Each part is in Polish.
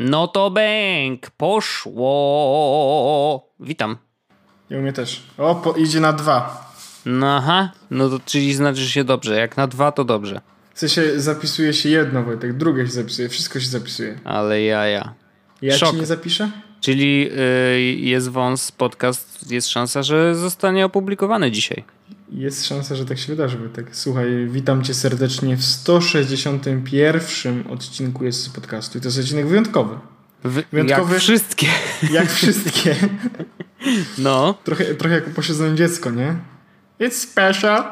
No to bęk, poszło. Witam. I u mnie też. Idzie na 2. No aha, no to czyli znaczy się dobrze. Jak na 2 to dobrze. W sensie zapisuje się jedno, Wojtek, drugie się zapisuje, wszystko się zapisuje. Ale ja. Ja Szok. ci nie zapiszę? Czyli jest wąs podcast, jest szansa, że zostanie opublikowany dzisiaj. Jest szansa, że tak się wydarzy, Wojtek. Słuchaj, witam cię serdecznie w 161. odcinku jest z podcastu. I to jest odcinek wyjątkowy. Jak wszystkie. Jak wszystkie. No. Trochę jak upośledzone dziecko, nie? It's special.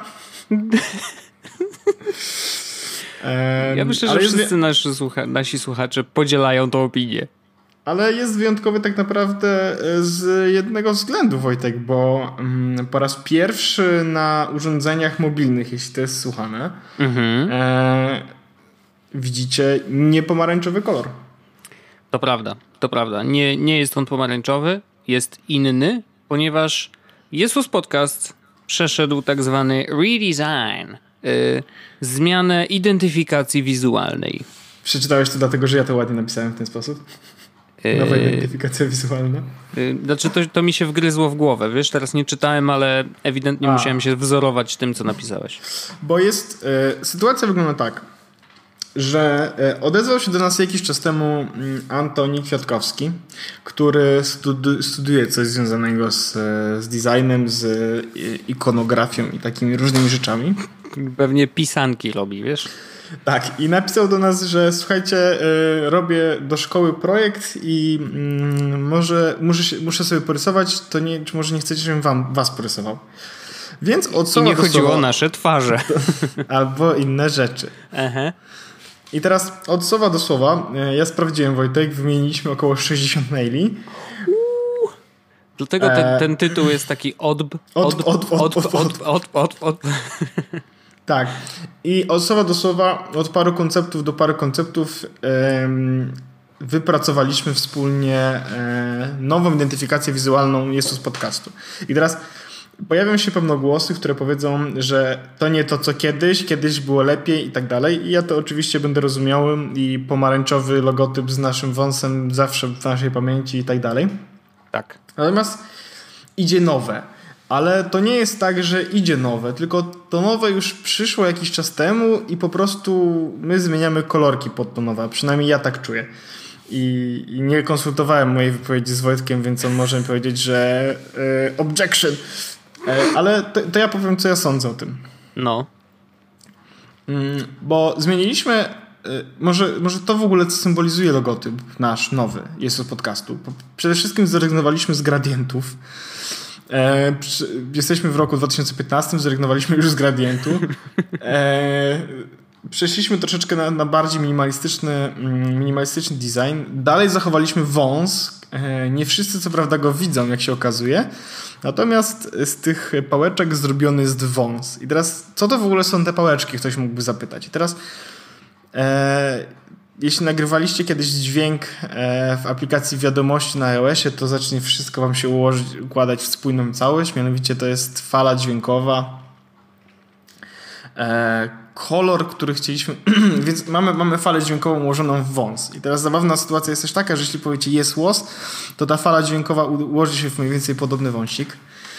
Ja myślę, że wszyscy nasi słuchacze podzielają tą opinię. Ale jest wyjątkowy tak naprawdę z jednego względu, Wojtek, bo po raz pierwszy na urządzeniach mobilnych, jeśli to jest słuchane, widzicie niepomarańczowy kolor. To prawda. Nie jest on pomarańczowy, jest inny, ponieważ Jesus Podcast przeszedł tak zwany redesign, zmianę identyfikacji wizualnej. Przeczytałeś to dlatego, że ja to ładnie napisałem w ten sposób? Nowa identyfikacja wizualna? Znaczy to mi się wgryzło w głowę, wiesz, teraz nie czytałem, ale ewidentnie musiałem się wzorować tym, co napisałeś. Bo sytuacja wygląda tak, że odezwał się do nas jakiś czas temu Antoni Kwiatkowski, który studiuje coś związanego z designem, z ikonografią i takimi różnymi rzeczami. Pewnie pisanki robi, wiesz? Tak, i napisał do nas, że słuchajcie, robię do szkoły projekt i muszę sobie porysować, to nie, czy może nie chcecie, żebym was porysował. Więc od słowa I nie chodziło o nasze twarze. Albo inne rzeczy. Aha. I teraz od słowa do słowa, ja sprawdziłem, Wojtek, wymieniliśmy około 60 maili. Dlatego ten tytuł jest taki Tak. I od słowa do słowa, od paru konceptów do paru konceptów wypracowaliśmy wspólnie nową identyfikację wizualną Jesus Podcastu. I teraz pojawią się pewne głosy, które powiedzą, że to nie to, co kiedyś było lepiej i tak dalej. I ja to oczywiście będę rozumiał i pomarańczowy logotyp z naszym wąsem zawsze w naszej pamięci i tak dalej. Tak. Natomiast idzie nowe. Ale to nie jest tak, że idzie nowe, tylko to nowe już przyszło jakiś czas temu i po prostu my zmieniamy kolorki pod to nowe. Przynajmniej ja tak czuję. I nie konsultowałem mojej wypowiedzi z Wojtkiem, więc on może mi powiedzieć, że objection. Ale to ja powiem, co ja sądzę o tym. No. Bo zmieniliśmy, może to w ogóle co symbolizuje logotyp nasz nowy, jest od podcastu. Przede wszystkim zrezygnowaliśmy z gradientów. Jesteśmy w roku 2015, zrezygnowaliśmy już z gradientu. Przeszliśmy troszeczkę na bardziej minimalistyczny design. Dalej zachowaliśmy wąs. Nie wszyscy co prawda go widzą, jak się okazuje. Natomiast z tych pałeczek zrobiony jest wąs. I teraz, co to w ogóle są te pałeczki? Ktoś mógłby zapytać. I teraz jeśli nagrywaliście kiedyś dźwięk w aplikacji wiadomości na iOSie, to zacznie wszystko wam się układać w spójną całość. Mianowicie to jest fala dźwiękowa. Kolor, który chcieliśmy... Więc mamy falę dźwiękową ułożoną w wąs. I teraz zabawna sytuacja jest też taka, że jeśli powiecie jest łos, to ta fala dźwiękowa ułoży się w mniej więcej podobny wąsik.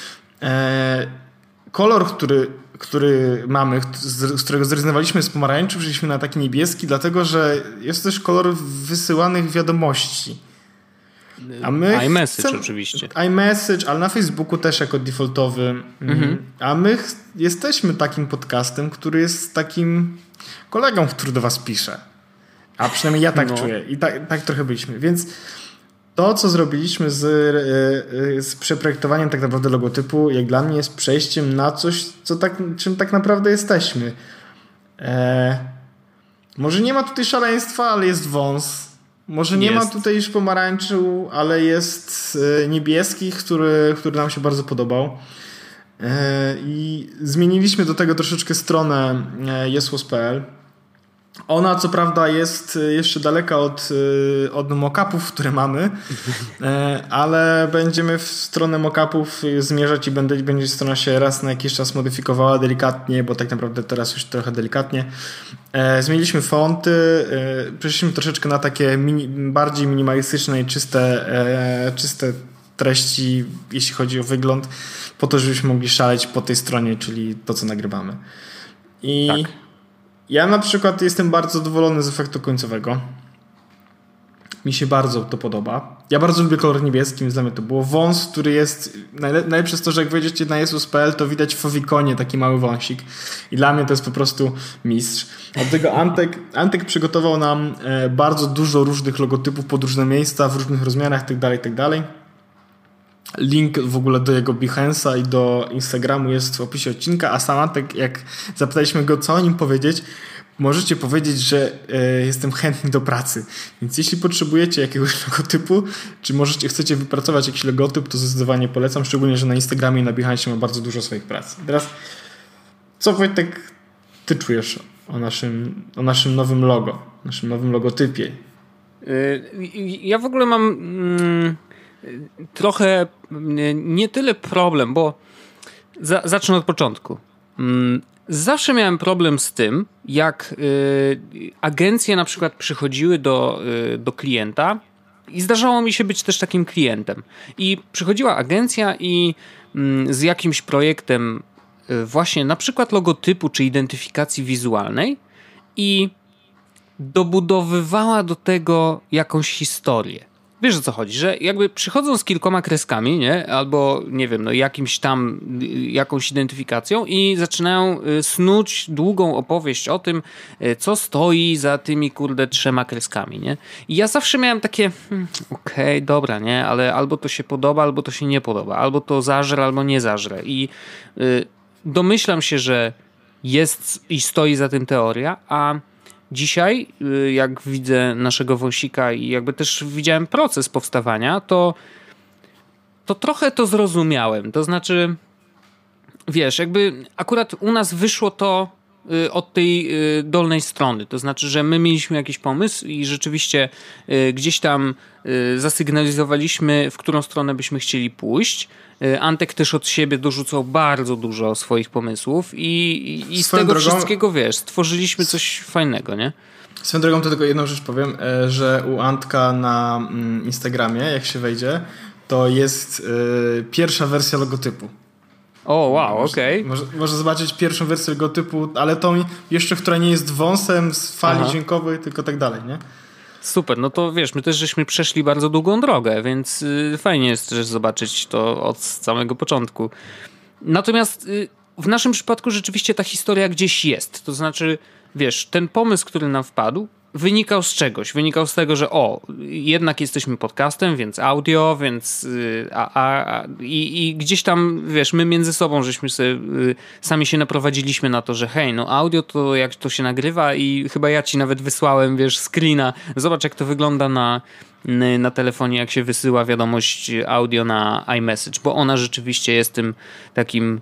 Kolor, który mamy, z którego zrezygnowaliśmy z pomarańczy, przeszliśmy na taki niebieski, dlatego że jest też kolor wysyłanych wiadomości. iMessage oczywiście. iMessage, ale na Facebooku też jako defaultowy. A my jesteśmy takim podcastem, który jest takim kolegą, który do was pisze. A przynajmniej ja tak czuję. I tak trochę byliśmy. Więc to, co zrobiliśmy z przeprojektowaniem tak naprawdę logotypu, jak dla mnie jest przejściem na coś, czym tak naprawdę jesteśmy. Może nie ma tutaj szaleństwa, ale jest wąs. Może nie ma tutaj już pomarańczu, ale jest niebieski, który nam się bardzo podobał. I zmieniliśmy do tego troszeczkę stronę jesłos.pl. Ona co prawda jest jeszcze daleka od mock-upów, które mamy, ale będziemy w stronę mock-upów zmierzać i będzie strona się raz na jakiś czas modyfikowała delikatnie, bo tak naprawdę teraz już trochę delikatnie. Zmieniliśmy fonty, przeszliśmy troszeczkę na takie bardziej minimalistyczne i czyste treści, jeśli chodzi o wygląd, po to, żebyśmy mogli szaleć po tej stronie, czyli to, co nagrywamy. I tak. Ja na przykład jestem bardzo zadowolony z efektu końcowego. Mi się bardzo to podoba. Ja bardzo lubię kolor niebieski, więc dla mnie to było wąs, który jest... Najlepsze jest to, że jak wejdziecie na jesus.pl, to widać w fowikonie taki mały wąsik. I dla mnie to jest po prostu mistrz. Od tego Antek przygotował nam bardzo dużo różnych logotypów pod różne miejsca, w różnych rozmiarach itd. Link w ogóle do jego Behance'a i do Instagramu jest w opisie odcinka, a sam Antek, jak zapytaliśmy go, co o nim powiedzieć, możecie powiedzieć, że jestem chętny do pracy. Więc jeśli potrzebujecie jakiegoś logotypu, czy chcecie wypracować jakiś logotyp, to zdecydowanie polecam, szczególnie, że na Instagramie i na Behance ma bardzo dużo swoich prac. Teraz, co Wojtek ty czujesz o naszym nowym logo, naszym nowym logotypie? Ja w ogóle mam... trochę nie tyle problem, bo zacznę od początku. Zawsze miałem problem z tym, jak agencje na przykład przychodziły do klienta i zdarzało mi się być też takim klientem. I przychodziła agencja i z jakimś projektem właśnie na przykład logotypu czy identyfikacji wizualnej i dobudowywała do tego jakąś historię. Wiesz, o co chodzi, że jakby przychodzą z kilkoma kreskami, nie? Albo nie wiem, jakąś identyfikacją i zaczynają snuć długą opowieść o tym, co stoi za tymi 3 kreskami, nie? I ja zawsze miałem takie okej, dobra, nie? Ale albo to się podoba, albo to się nie podoba. Albo to zażre, albo nie zażre. I domyślam się, że jest i stoi za tym teoria, a dzisiaj, jak widzę naszego wąsika i jakby też widziałem proces powstawania, to trochę to zrozumiałem. To znaczy, wiesz, jakby akurat u nas wyszło to od tej dolnej strony. To znaczy, że my mieliśmy jakiś pomysł i rzeczywiście gdzieś tam zasygnalizowaliśmy, w którą stronę byśmy chcieli pójść. Antek też od siebie dorzucał bardzo dużo swoich pomysłów i z tego wszystkiego, wiesz, stworzyliśmy coś fajnego, nie? Swoją drogą to tylko jedną rzecz powiem, że u Antka na Instagramie, jak się wejdzie, to jest pierwsza wersja logotypu. O, wow, okej. Może zobaczyć pierwszą wersję logotypu, ale tą jeszcze, która nie jest wąsem z fali dźwiękowej, tylko tak dalej, nie? Super, no to wiesz, my też żeśmy przeszli bardzo długą drogę, więc fajnie jest też zobaczyć to od samego początku. Natomiast w naszym przypadku rzeczywiście ta historia gdzieś jest. To znaczy, wiesz, ten pomysł, który nam wpadł, wynikał z czegoś. Wynikał z tego, że jednak jesteśmy podcastem, więc audio, więc i gdzieś tam, wiesz, my między sobą żeśmy sobie sami się naprowadziliśmy na to, że hej, no audio to jak to się nagrywa i chyba ja ci nawet wysłałem, wiesz, screena. Zobacz, jak to wygląda na telefonie, jak się wysyła wiadomość audio na iMessage, bo ona rzeczywiście jest tym takim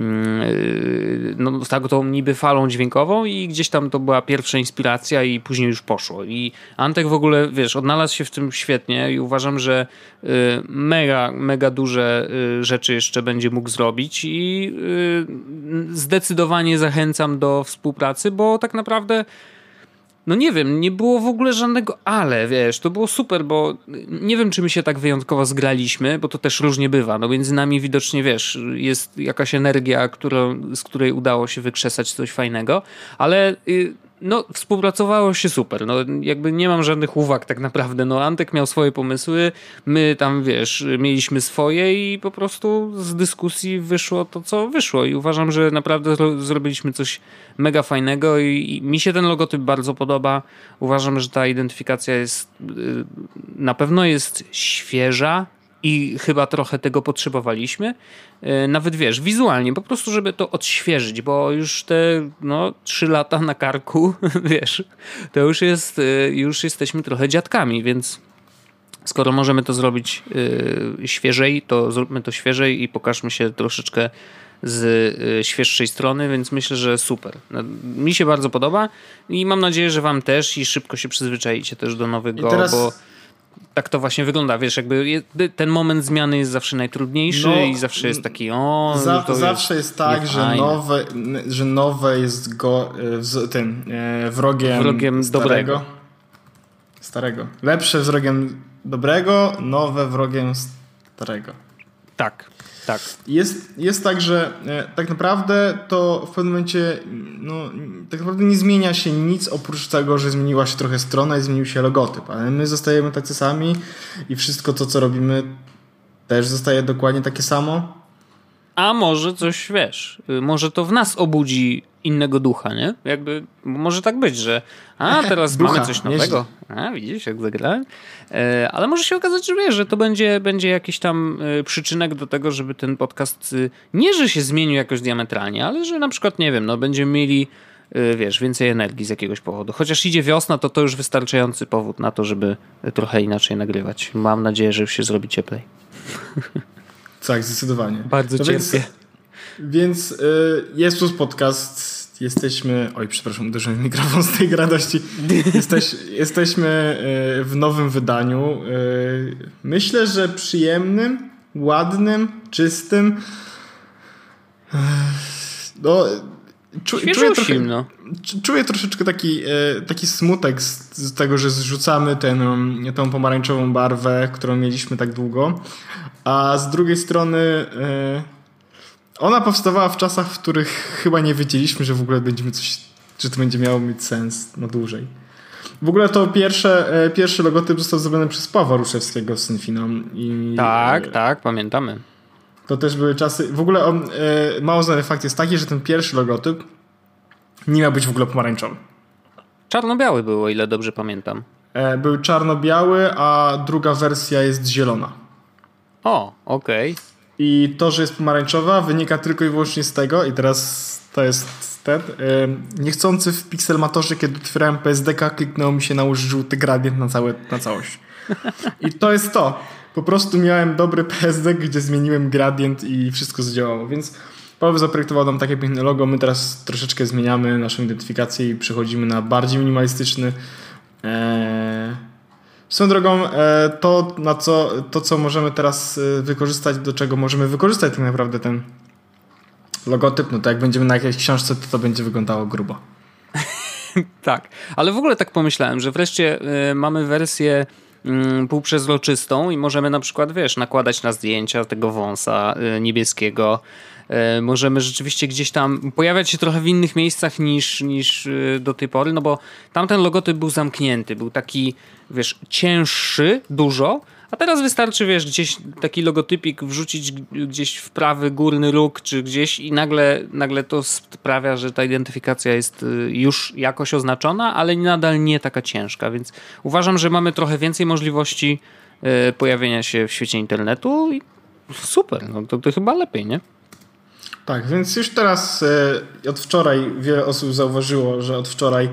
no, tą niby falą dźwiękową i gdzieś tam to była pierwsza inspiracja i później już poszło. I Antek w ogóle, wiesz, odnalazł się w tym świetnie i uważam, że mega duże rzeczy jeszcze będzie mógł zrobić i zdecydowanie zachęcam do współpracy, bo tak naprawdę no nie wiem, nie było w ogóle żadnego ale, wiesz, to było super, bo nie wiem, czy my się tak wyjątkowo zgraliśmy, bo to też różnie bywa, no między nami widocznie, wiesz, jest jakaś energia, z której udało się wykrzesać coś fajnego, ale no współpracowało się super, no jakby nie mam żadnych uwag tak naprawdę, no Antek miał swoje pomysły, my tam, wiesz, mieliśmy swoje i po prostu z dyskusji wyszło to, co wyszło i uważam, że naprawdę zrobiliśmy coś mega fajnego i mi się ten logotyp bardzo podoba. Uważam, że ta identyfikacja jest na pewno jest świeża i chyba trochę tego potrzebowaliśmy. Nawet wiesz, wizualnie, po prostu żeby to odświeżyć, bo już te 3 lata na karku, wiesz, to już jesteśmy trochę dziadkami, więc skoro możemy to zrobić świeżej, to zróbmy to świeżej i pokażmy się troszeczkę świeższej strony, więc myślę, że super. Mi się bardzo podoba i mam nadzieję, że wam też i szybko się przyzwyczaicie też do nowego, bo tak to właśnie wygląda, wiesz, jakby ten moment zmiany jest zawsze najtrudniejszy i zawsze jest taki zawsze jest tak, że nowe jest wrogiem starego. Lepsze wrogiem dobrego, nowe wrogiem starego. Tak. Jest tak, że tak naprawdę to w pewnym momencie tak naprawdę nie zmienia się nic oprócz tego, że zmieniła się trochę strona i zmienił się logotyp, ale my zostajemy tacy sami i wszystko to, co robimy, też zostaje dokładnie takie samo. A może coś, wiesz, może to w nas obudzi innego ducha, nie? Jakby może tak być, że teraz ducha, mamy coś nowego. Widzisz, jak zagrałem. Ale może się okazać, że wiesz, że to będzie jakiś tam przyczynek do tego, żeby ten podcast nie, że się zmienił jakoś diametralnie, ale że na przykład, nie wiem, będziemy mieli wiesz, więcej energii z jakiegoś powodu. Chociaż idzie wiosna, to już wystarczający powód na to, żeby trochę inaczej nagrywać. Mam nadzieję, że już się zrobi cieplej. Tak, zdecydowanie. Bardzo cierpię. Więc jest plus podcast. Jesteśmy... Oj, przepraszam, uderzyłem w mikrofon z tej radości. Jesteśmy w nowym wydaniu. Myślę, że przyjemnym, ładnym, czystym. Czuję troszeczkę taki smutek z tego, że zrzucamy tą pomarańczową barwę, którą mieliśmy tak długo. A z drugiej strony ona powstawała w czasach, w których chyba nie wiedzieliśmy, że w ogóle że to będzie miało mieć sens na dłużej. W ogóle to pierwszy logotyp został zrobiony przez Pawła Ruszewskiego z Synfiną. Tak, pamiętamy. To też były czasy... W ogóle mało znany fakt jest taki, że ten pierwszy logotyp nie miał być w ogóle pomarańczowy. Czarno-biały był, o ile dobrze pamiętam. Był czarno-biały, a druga wersja jest zielona. O, okej. I to, że jest pomarańczowa, wynika tylko i wyłącznie z tego, i teraz to jest niechcący w Pixelmatorze, kiedy otwierałem PSDK, kliknęło mi się nałożyć żółty gradient na całość. I to jest to. Po prostu miałem dobry PSD, gdzie zmieniłem gradient i wszystko zadziałało, więc Paweł zaprojektował nam takie piękne logo. My teraz troszeczkę zmieniamy naszą identyfikację i przechodzimy na bardziej minimalistyczny. Swoją drogą, to co możemy teraz wykorzystać, do czego możemy wykorzystać tak naprawdę ten logotyp, to jak będziemy na jakiejś książce, to będzie wyglądało grubo. Tak, ale w ogóle tak pomyślałem, że wreszcie mamy wersję półprzezroczystą i możemy na przykład, wiesz, nakładać na zdjęcia tego wąsa niebieskiego. Możemy rzeczywiście gdzieś tam pojawiać się trochę w innych miejscach niż do tej pory, no bo tamten logotyp był zamknięty, był taki, wiesz, cięższy dużo, a teraz wystarczy, wiesz, gdzieś taki logotypik wrzucić gdzieś w prawy górny róg czy gdzieś i nagle to sprawia, że ta identyfikacja jest już jakoś oznaczona, ale nadal nie taka ciężka, więc uważam, że mamy trochę więcej możliwości pojawienia się w świecie internetu i super, no to chyba lepiej, nie? Tak, więc już teraz od wczoraj wiele osób zauważyło, że od wczoraj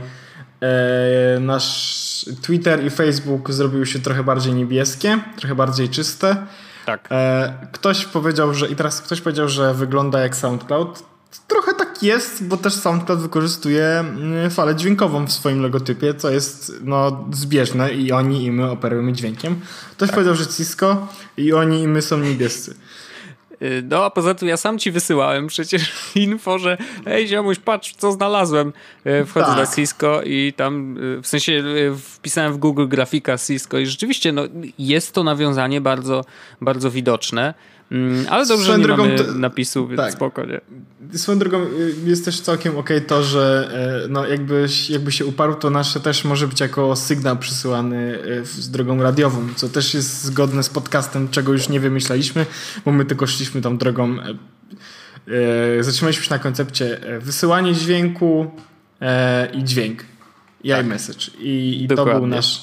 nasz Twitter i Facebook zrobiły się trochę bardziej niebieskie, trochę bardziej czyste. Tak. Ktoś powiedział, że wygląda jak SoundCloud. Trochę tak jest, bo też SoundCloud wykorzystuje falę dźwiękową w swoim logotypie, co jest zbieżne i oni i my operujemy dźwiękiem. Ktoś powiedział, że Cisco i oni i my są niebiescy. No, a poza tym ja sam ci wysyłałem przecież info, że hej ziomuś, patrz co znalazłem. Wchodzę na Cisco i tam, w sensie wpisałem w Google grafika Cisco i rzeczywiście jest to nawiązanie bardzo, bardzo widoczne. Ale dobrze, że nie mamy napisu, więc spokojnie. Swoją drogą jest też całkiem okej to, że jakby się uparł, to nasze też może być jako sygnał przysyłany z drogą radiową, co też jest zgodne z podcastem, czego już nie wymyślaliśmy, bo my tylko szliśmy tą drogą. Zatrzymaliśmy się na koncepcie wysyłanie dźwięku i dźwięk. iMessage. I to był nasz...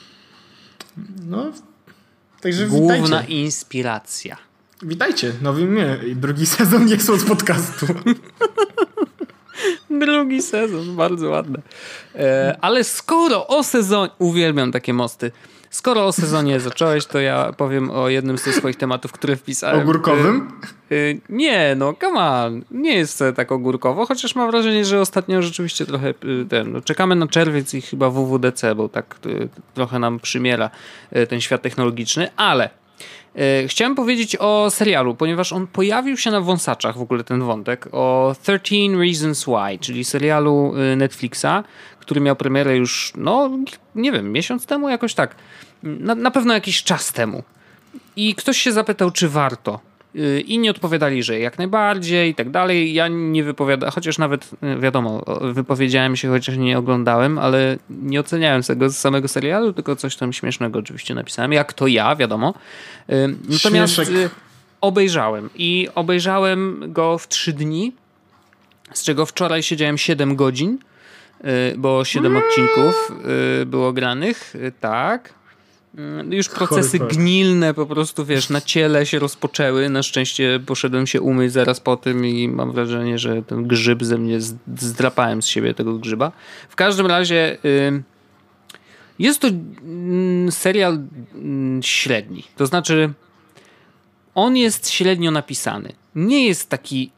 Także główna witajcie. Inspiracja. Witajcie, drugi sezon nie są z podcastu. Drugi sezon, bardzo ładne. Ale skoro o sezonie... Uwielbiam takie mosty. Skoro o sezonie zacząłeś, to ja powiem o jednym z tych swoich tematów, które wpisałem. Ogórkowym? Nie, no come on. Nie jest wcale tak ogórkowo, chociaż mam wrażenie, że ostatnio rzeczywiście trochę czekamy na czerwiec i chyba WWDC, bo tak trochę nam przymiera ten świat technologiczny, ale chciałem powiedzieć o serialu, ponieważ on pojawił się na wąsaczach, w ogóle ten wątek, o 13 Reasons Why, czyli serialu Netflixa, który miał premierę już, no nie wiem, miesiąc temu, jakoś tak. Na pewno jakiś czas temu. I ktoś się zapytał, czy warto. Inni odpowiadali, że jak najbardziej i tak dalej. Ja nie wypowiadałem, chociaż nawet wiadomo, wypowiedziałem się, chociaż nie oglądałem, ale nie oceniałem tego z samego serialu, tylko coś tam śmiesznego oczywiście napisałem, jak to ja, wiadomo. Natomiast obejrzałem i obejrzałem go w 3 dni, z czego wczoraj siedziałem 7 godzin, bo 7 odcinków było granych, tak. Już procesy gnilne po prostu, wiesz, na ciele się rozpoczęły. Na szczęście poszedłem się umyć zaraz po tym i mam wrażenie, że ten grzyb ze mnie zdrapałem z siebie tego grzyba. W każdym razie jest to serial średni. To znaczy on jest średnio napisany. Nie jest taki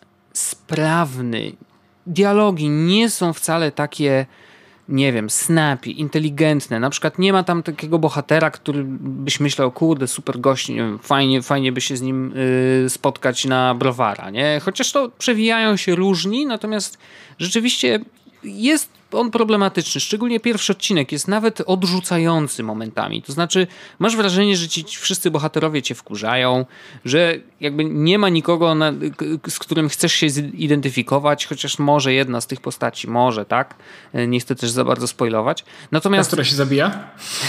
sprawny. Dialogi nie są wcale takie, nie wiem, snappy, inteligentne. Na przykład nie ma tam takiego bohatera, który byś myślał, kurde, super gość, nie wiem, fajnie by się z nim spotkać na browara, nie? Chociaż to przewijają się różni, natomiast rzeczywiście jest on problematyczny. Szczególnie pierwszy odcinek jest nawet odrzucający momentami. To znaczy masz wrażenie, że ci wszyscy bohaterowie cię wkurzają, że jakby nie ma nikogo, z którym chcesz się zidentyfikować, chociaż może jedna z tych postaci, może, tak? Nie chcę też za bardzo spoilować. Natomiast... Ta, która się zabija?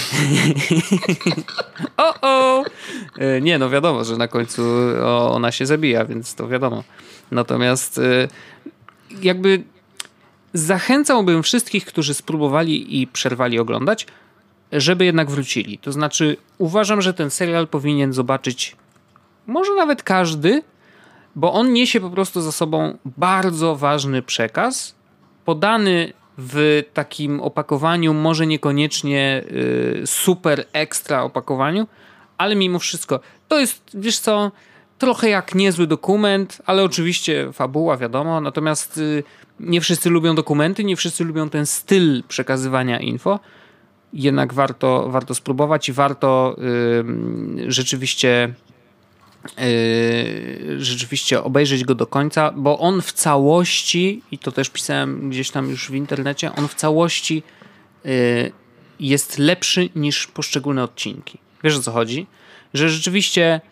Nie, no wiadomo, że na końcu ona się zabija, więc to wiadomo. Natomiast jakby zachęcałbym wszystkich, którzy spróbowali i przerwali oglądać, żeby jednak wrócili. To znaczy uważam, że ten serial powinien zobaczyć może nawet każdy, bo on niesie po prostu za sobą bardzo ważny przekaz, podany w takim opakowaniu, może niekoniecznie super ekstra opakowaniu, ale mimo wszystko to jest, wiesz co, trochę jak niezły dokument, ale oczywiście fabuła, wiadomo, natomiast nie wszyscy lubią dokumenty, nie wszyscy lubią ten styl przekazywania info. Jednak warto spróbować i warto rzeczywiście obejrzeć go do końca, bo on w całości, i to też pisałem gdzieś tam już w internecie, on w całości jest lepszy niż poszczególne odcinki. Wiesz, o co chodzi? Że rzeczywiście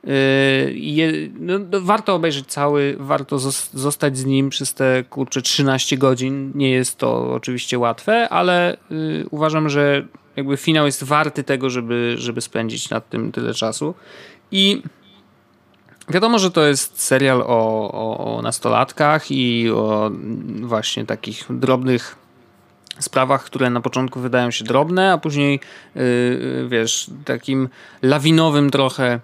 warto obejrzeć cały, warto zostać z nim przez te 13 godzin. Nie jest to oczywiście łatwe, ale uważam, że jakby finał jest warty tego, żeby spędzić nad tym tyle czasu. I wiadomo, że to jest serial o nastolatkach i o właśnie takich drobnych sprawach, które na początku wydają się drobne, a później wiesz, takim lawinowym trochę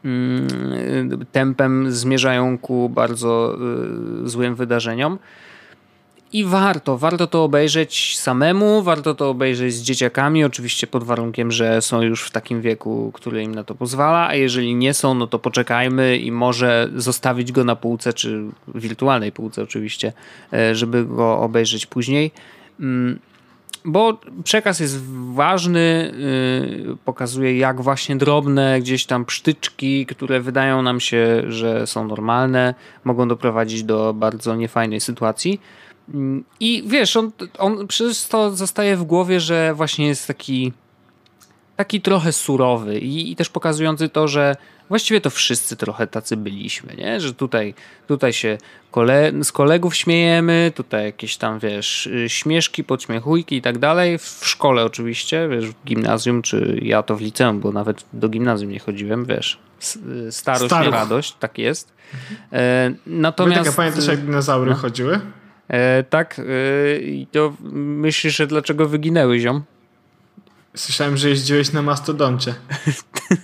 tempem zmierzają ku bardzo złym wydarzeniom. I warto to obejrzeć samemu, warto to obejrzeć z dzieciakami, oczywiście pod warunkiem, że są już w takim wieku, który im na to pozwala, a jeżeli nie są, no to poczekajmy i może zostawić go na półce, czy wirtualnej półce oczywiście, żeby go obejrzeć później. Bo przekaz jest ważny, pokazuje jak właśnie drobne gdzieś tam psztyczki, które wydają nam się, że są normalne, mogą doprowadzić do bardzo niefajnej sytuacji. I wiesz, on przez to zostaje w głowie, że właśnie jest taki trochę surowy i też pokazujący to, że właściwie to wszyscy trochę tacy byliśmy, nie? Że tutaj się z kolegów śmiejemy, tutaj jakieś tam, wiesz, śmieszki, podśmiechujki i tak dalej. W szkole oczywiście, wiesz, w gimnazjum, czy ja to w liceum, bo nawet do gimnazjum nie chodziłem, wiesz. Starość i radość, tak jest. Natomiast... Pamiętasz, jak dinozaury chodziły? Tak. I to myślisz, że dlaczego wyginęły, ziom? Słyszałem, że jeździłeś na mastodoncie.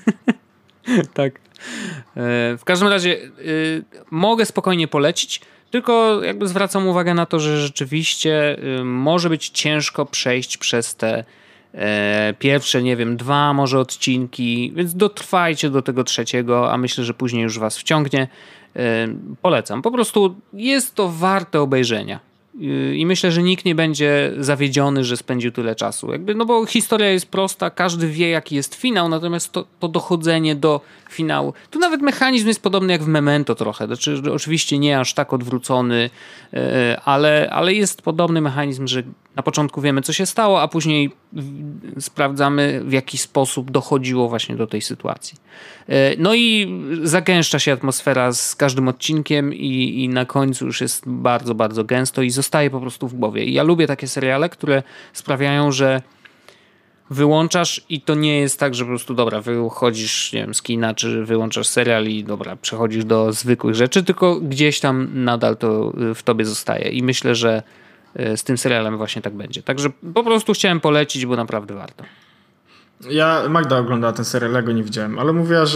Tak. W każdym razie mogę spokojnie polecić. Tylko jakby zwracam uwagę na to, że rzeczywiście może być ciężko przejść przez te pierwsze, nie wiem, 2 może odcinki, więc dotrwajcie do tego 3, a myślę, że później już was wciągnie. Polecam. Po prostu jest to warte obejrzenia. I myślę, że nikt nie będzie zawiedziony, że spędził tyle czasu. Jakby, no bo historia jest prosta, każdy wie, jaki jest finał, natomiast to dochodzenie do finału. Tu nawet mechanizm jest podobny jak w Memento trochę. Znaczy, oczywiście nie aż tak odwrócony, ale jest podobny mechanizm, że na początku wiemy, co się stało, a później sprawdzamy, w jaki sposób dochodziło właśnie do tej sytuacji. No i zagęszcza się atmosfera z każdym odcinkiem i na końcu już jest bardzo, bardzo gęsto i zostaje po prostu w głowie. I ja lubię takie seriale, które sprawiają, że wyłączasz i to nie jest tak, że po prostu dobra, wychodzisz, nie wiem, z kina, czy wyłączasz serial i dobra, przechodzisz do zwykłych rzeczy, tylko gdzieś tam nadal to w tobie zostaje. I myślę, że z tym serialem właśnie tak będzie. Także po prostu chciałem polecić, bo naprawdę warto. Magda oglądała ten serial, ja go nie widziałem, ale mówiła,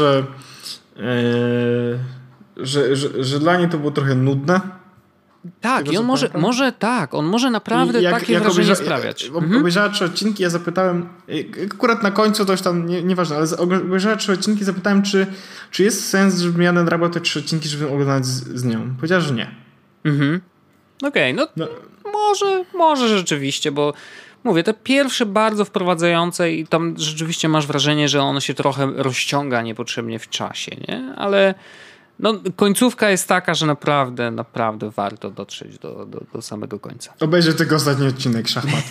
że dla niej to było trochę nudne. Tak, tego, i on może naprawdę takie wrażenie sprawiać. Obejrzała 3 odcinki, ja zapytałem, akurat na końcu to już tam nieważne, ale obejrzała 3 odcinki, zapytałem, czy jest sens, żebym ja nadrabiał te 3 odcinki, żeby oglądać z nią. Powiedziała, że nie. Okej, no może rzeczywiście, bo mówię, te pierwsze bardzo wprowadzające i tam rzeczywiście masz wrażenie, że ono się trochę rozciąga niepotrzebnie w czasie, nie? Ale no, końcówka jest taka, że naprawdę warto dotrzeć do samego końca. Obejrzę tylko ostatni odcinek szachmat.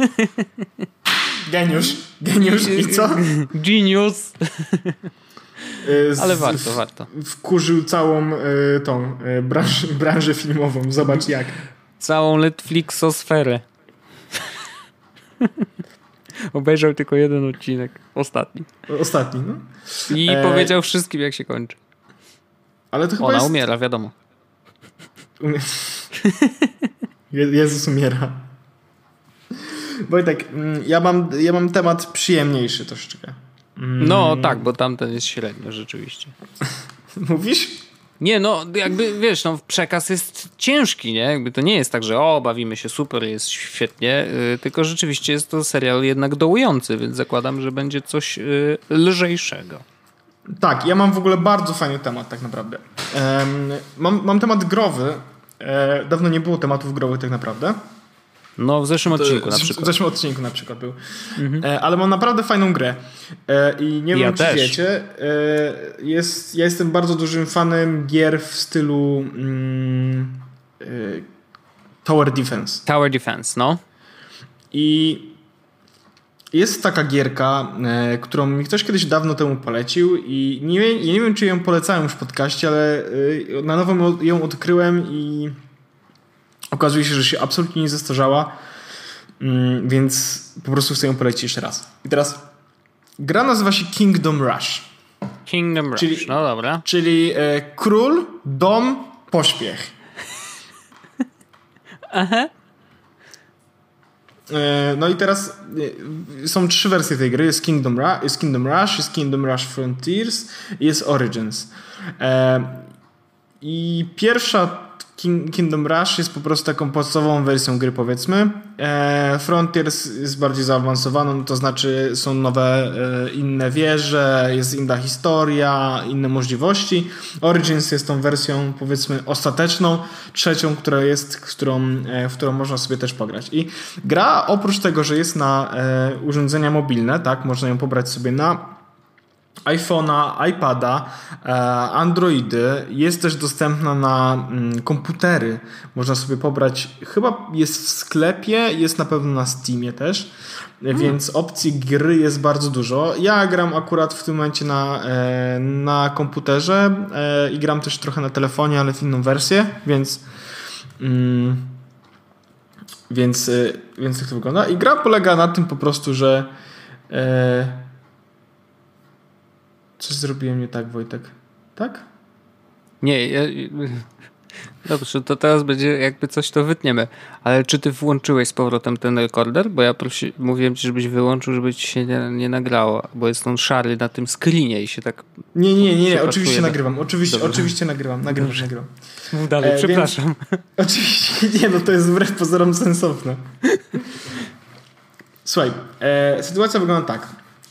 Geniusz i co? Genius. Ale warto. Wkurzył całą tą branżę filmową. Zobacz jak. Całą Netflixosferę. Obejrzał tylko 1 odcinek. Ostatni, no. I powiedział wszystkim, jak się kończy. Ale to chyba Ona umiera, wiadomo. Jezus umiera. Wojtek, ja mam temat przyjemniejszy troszeczkę. No tak, bo tamten jest średnio rzeczywiście. Mówisz? Nie, no jakby wiesz, no przekaz jest ciężki, nie? Jakby to nie jest tak, że bawimy się super, jest świetnie, tylko rzeczywiście jest to serial jednak dołujący, więc zakładam, że będzie coś lżejszego. Tak, ja mam w ogóle bardzo fajny temat tak naprawdę. Mam temat growy. Dawno nie było tematów growych tak naprawdę. No w zeszłym odcinku na przykład. W zeszłym odcinku na przykład był. Ale mam naprawdę fajną grę. I nie wiem, czy wiecie, ja jestem bardzo dużym fanem gier w stylu Tower Defense. Tower Defense, no. I jest taka gierka, którą mi ktoś kiedyś dawno temu polecił i ja nie wiem, czy ją polecałem już w podcaście, ale na nowo ją odkryłem i okazuje się, że się absolutnie nie zestarzała, więc po prostu chcę ją polecić jeszcze raz. I teraz gra nazywa się Kingdom Rush. Czyli, no dobra. Czyli król, dom, pośpiech. Aha. No i teraz są 3 wersje tej gry. Jest Kingdom Rush, jest Kingdom Rush Frontiers i jest Origins. I pierwsza Kingdom Rush jest po prostu taką podstawową wersją gry, powiedzmy. Frontiers jest bardziej zaawansowaną, to znaczy są nowe, inne wieże, jest inna historia, inne możliwości. Origins jest tą wersją, powiedzmy, ostateczną, trzecią, w którą można sobie też pograć. I gra, oprócz tego, że jest na urządzenia mobilne, tak, można ją pobrać sobie na iPhone'a, iPada, Androidy, jest też dostępna na komputery. Można sobie pobrać, chyba jest w sklepie, jest na pewno na Steamie też, więc opcji gry jest bardzo dużo. Ja gram akurat w tym momencie na komputerze i gram też trochę na telefonie, ale w inną wersję, więc tak to wygląda. I gra polega na tym po prostu, że coś zrobiłem nie tak, Wojtek. Tak? Nie, Dobrze, to teraz będzie jakby coś, to wytniemy. Ale czy ty włączyłeś z powrotem ten rekorder? Bo ja mówiłem ci, żebyś wyłączył, żeby ci się nie nagrało, bo jest on szary na tym screenie i się tak... Nie, oczywiście nagrywam. Oczywiście nagrywam. Mów dalej, przepraszam. Oczywiście, to jest wbrew pozorom sensowne. Słuchaj, sytuacja wygląda tak.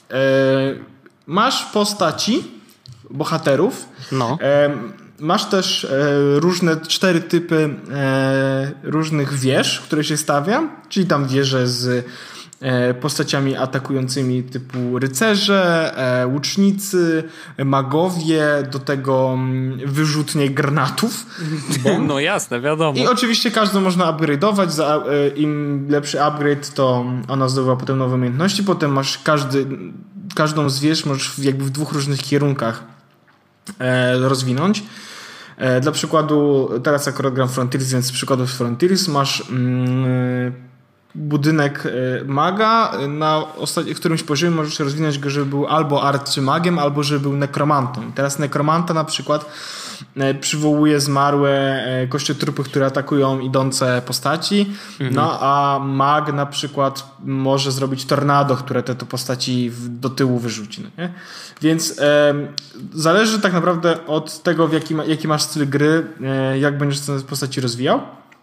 Masz postaci, bohaterów. No. Masz też różne 4 typy różnych wież, które się stawia, czyli tam wieże z postaciami atakującymi typu rycerze, łucznicy, magowie, do tego wyrzutnie granatów. No jasne, wiadomo. I oczywiście każdą można upgrade'ować. Im lepszy upgrade, to ona zdobywa potem nowe umiejętności. Potem masz każdą z wież możesz jakby w 2 różnych kierunkach rozwinąć. Dla przykładu, teraz akurat gram Frontiers, więc z przykładu z Frontiers masz budynek maga, na którymś poziomie możesz rozwinąć go, żeby był albo arcymagiem, albo żeby był nekromantą. I teraz nekromanta na przykład przywołuje zmarłe kościotrupy, które atakują idące postaci, no a mag na przykład może zrobić tornado, które te postaci do tyłu wyrzuci. No nie? Więc zależy tak naprawdę od tego, jaki masz styl gry, jak będziesz te postaci rozwijał.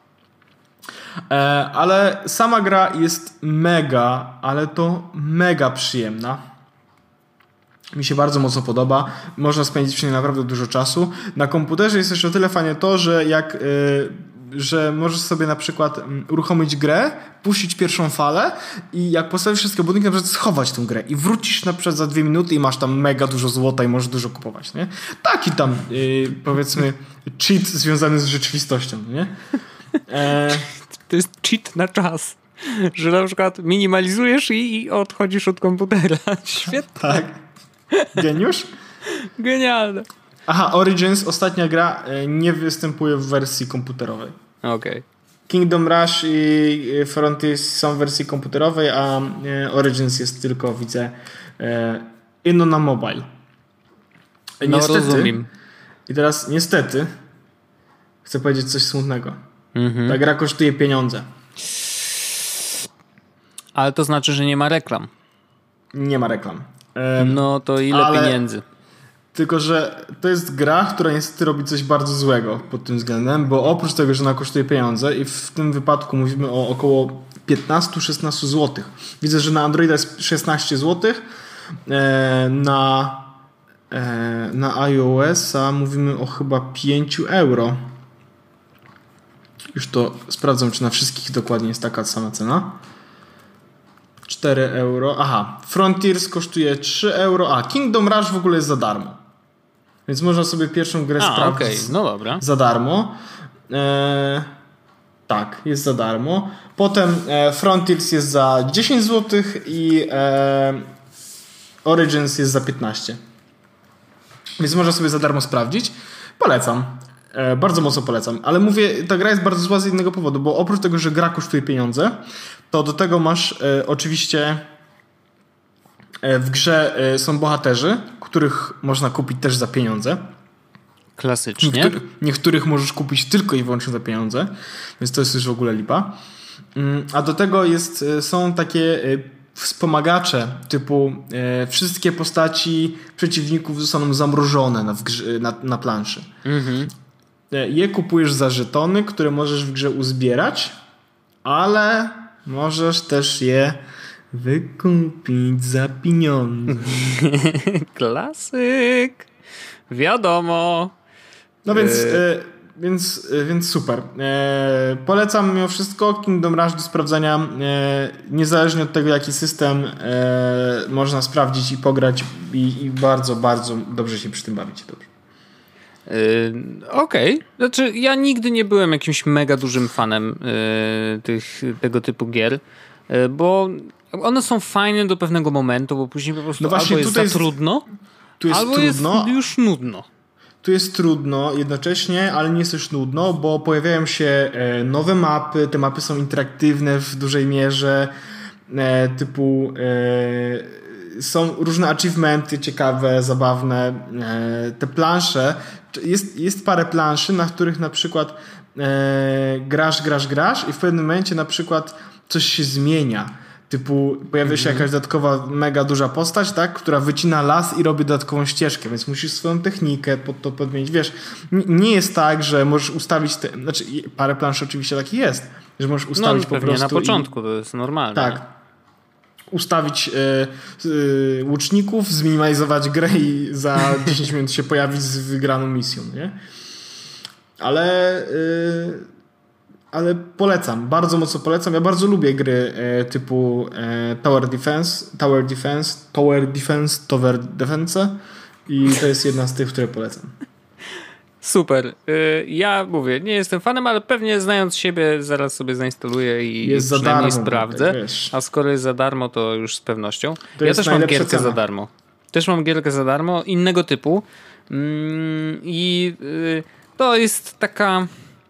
Ale sama gra jest mega, ale to mega przyjemna. Mi się bardzo mocno podoba. Można spędzić przy niej naprawdę dużo czasu. Na komputerze jest jeszcze o tyle fajnie to, że możesz sobie na przykład uruchomić grę, puścić pierwszą falę i jak postawisz wszystkie budynki, na przykład schować tę grę i wrócisz na przykład za 2 minuty i masz tam mega dużo złota i możesz dużo kupować, nie? Taki tam powiedzmy cheat związany z rzeczywistością, nie? To jest cheat na czas. Że na przykład minimalizujesz i odchodzisz od komputera. Świetnie. Tak. Geniusz? Genialne. Aha, Origins, ostatnia gra, nie występuje w wersji komputerowej. Okej. Kingdom Rush i Frontiers są w wersji komputerowej, a Origins jest tylko, widzę, na mobile. Niestety, rozumiem. I teraz niestety chcę powiedzieć coś smutnego. Ta gra kosztuje pieniądze. Ale to znaczy, że nie ma reklam. Nie ma reklam. No to ile pieniędzy? Tylko, że to jest gra, która niestety robi coś bardzo złego pod tym względem, bo oprócz tego, że ona kosztuje pieniądze i w tym wypadku mówimy o około 15-16 zł. Widzę, że na Androida jest 16 zł, na iOS-a mówimy o chyba 5 euro. Już to sprawdzam, czy na wszystkich dokładnie jest taka sama cena. 4 euro. Aha, Frontiers kosztuje 3 euro. A, Kingdom Rush w ogóle jest za darmo. Więc można sobie pierwszą grę sprawdzić no dobra. za darmo. Tak, jest za darmo. Potem Frontiers jest za 10 zł i Origins jest za 15. Więc można sobie za darmo sprawdzić. Polecam. Bardzo mocno polecam. Ale mówię, ta gra jest bardzo zła z innego powodu, bo oprócz tego, że gra kosztuje pieniądze, to do tego masz oczywiście w grze są bohaterzy, których można kupić też za pieniądze. Klasycznie. Niektórych możesz kupić tylko i wyłącznie za pieniądze, więc to jest już w ogóle lipa. A do tego są takie wspomagacze typu wszystkie postaci przeciwników zostaną zamrożone na planszy. Je kupujesz za żetony, które możesz w grze uzbierać, ale możesz też je wykupić za pieniądze. Klasyk. Wiadomo. No więc super. Polecam mimo wszystko Kingdom Rush do sprawdzenia. Niezależnie od tego, jaki system można sprawdzić i pograć i bardzo, bardzo dobrze się przy tym bawić. Dobrze. Okej. Znaczy ja nigdy nie byłem jakimś mega dużym fanem tego typu gier, bo one są fajne do pewnego momentu, bo później po prostu albo jest za trudno, albo jest już nudno. Tu jest trudno jednocześnie, ale nie jest też nudno, bo pojawiają się nowe mapy, te mapy są interaktywne w dużej mierze, typu są różne achievementy ciekawe, zabawne. Te plansze jest parę planszy, na których na przykład grasz i w pewnym momencie na przykład coś się zmienia. Typu pojawia się jakaś dodatkowa mega duża postać, tak, która wycina las i robi dodatkową ścieżkę, więc musisz swoją technikę pod to podmienić. Wiesz, nie jest tak, że możesz ustawić znaczy parę planszy oczywiście takich jest, że możesz ustawić po prostu na początku to jest normalne. Tak. Ustawić łuczników, zminimalizować grę i za 10 minut się pojawić z wygraną misją, nie? Ale polecam, bardzo mocno polecam. Ja bardzo lubię gry typu Tower Defense i to jest jedna z tych, które polecam. Super. Ja mówię, nie jestem fanem, ale pewnie znając siebie zaraz sobie zainstaluję i jest przynajmniej za darmo, sprawdzę. Tak, a skoro jest za darmo, to już z pewnością. Ja też mam gierkę za darmo. Też mam gierkę za darmo, innego typu. I to jest taka,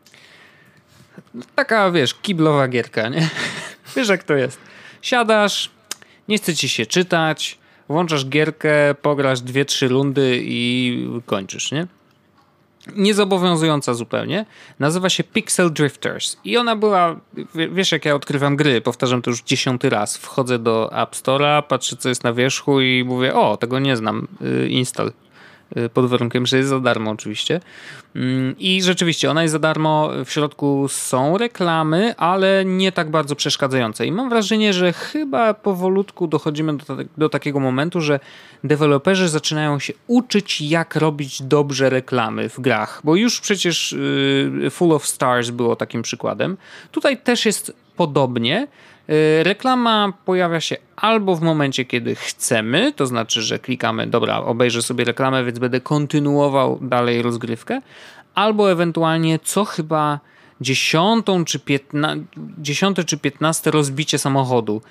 wiesz, kiblowa gierka, nie? Wiesz, jak to jest. Siadasz, nie chce ci się czytać, włączasz gierkę, pograsz 2-3 rundy i kończysz, nie? Niezobowiązująca zupełnie. Nazywa się Pixel Drifters. I ona była, wiesz, jak ja odkrywam gry, powtarzam to już 10. raz. Wchodzę do App Store'a, patrzę, co jest na wierzchu i mówię, tego nie znam, install. Pod warunkiem, że jest za darmo oczywiście. I rzeczywiście ona jest za darmo, w środku są reklamy, ale nie tak bardzo przeszkadzające. I mam wrażenie, że chyba powolutku dochodzimy do takiego momentu, że deweloperzy zaczynają się uczyć, jak robić dobrze reklamy w grach. Bo już przecież Full of Stars było takim przykładem. Tutaj też jest podobnie. Reklama pojawia się albo w momencie, kiedy chcemy, to znaczy, że klikamy, dobra, obejrzę sobie reklamę, więc będę kontynuował dalej rozgrywkę, albo ewentualnie co chyba 10. czy 15 rozbicie samochodu.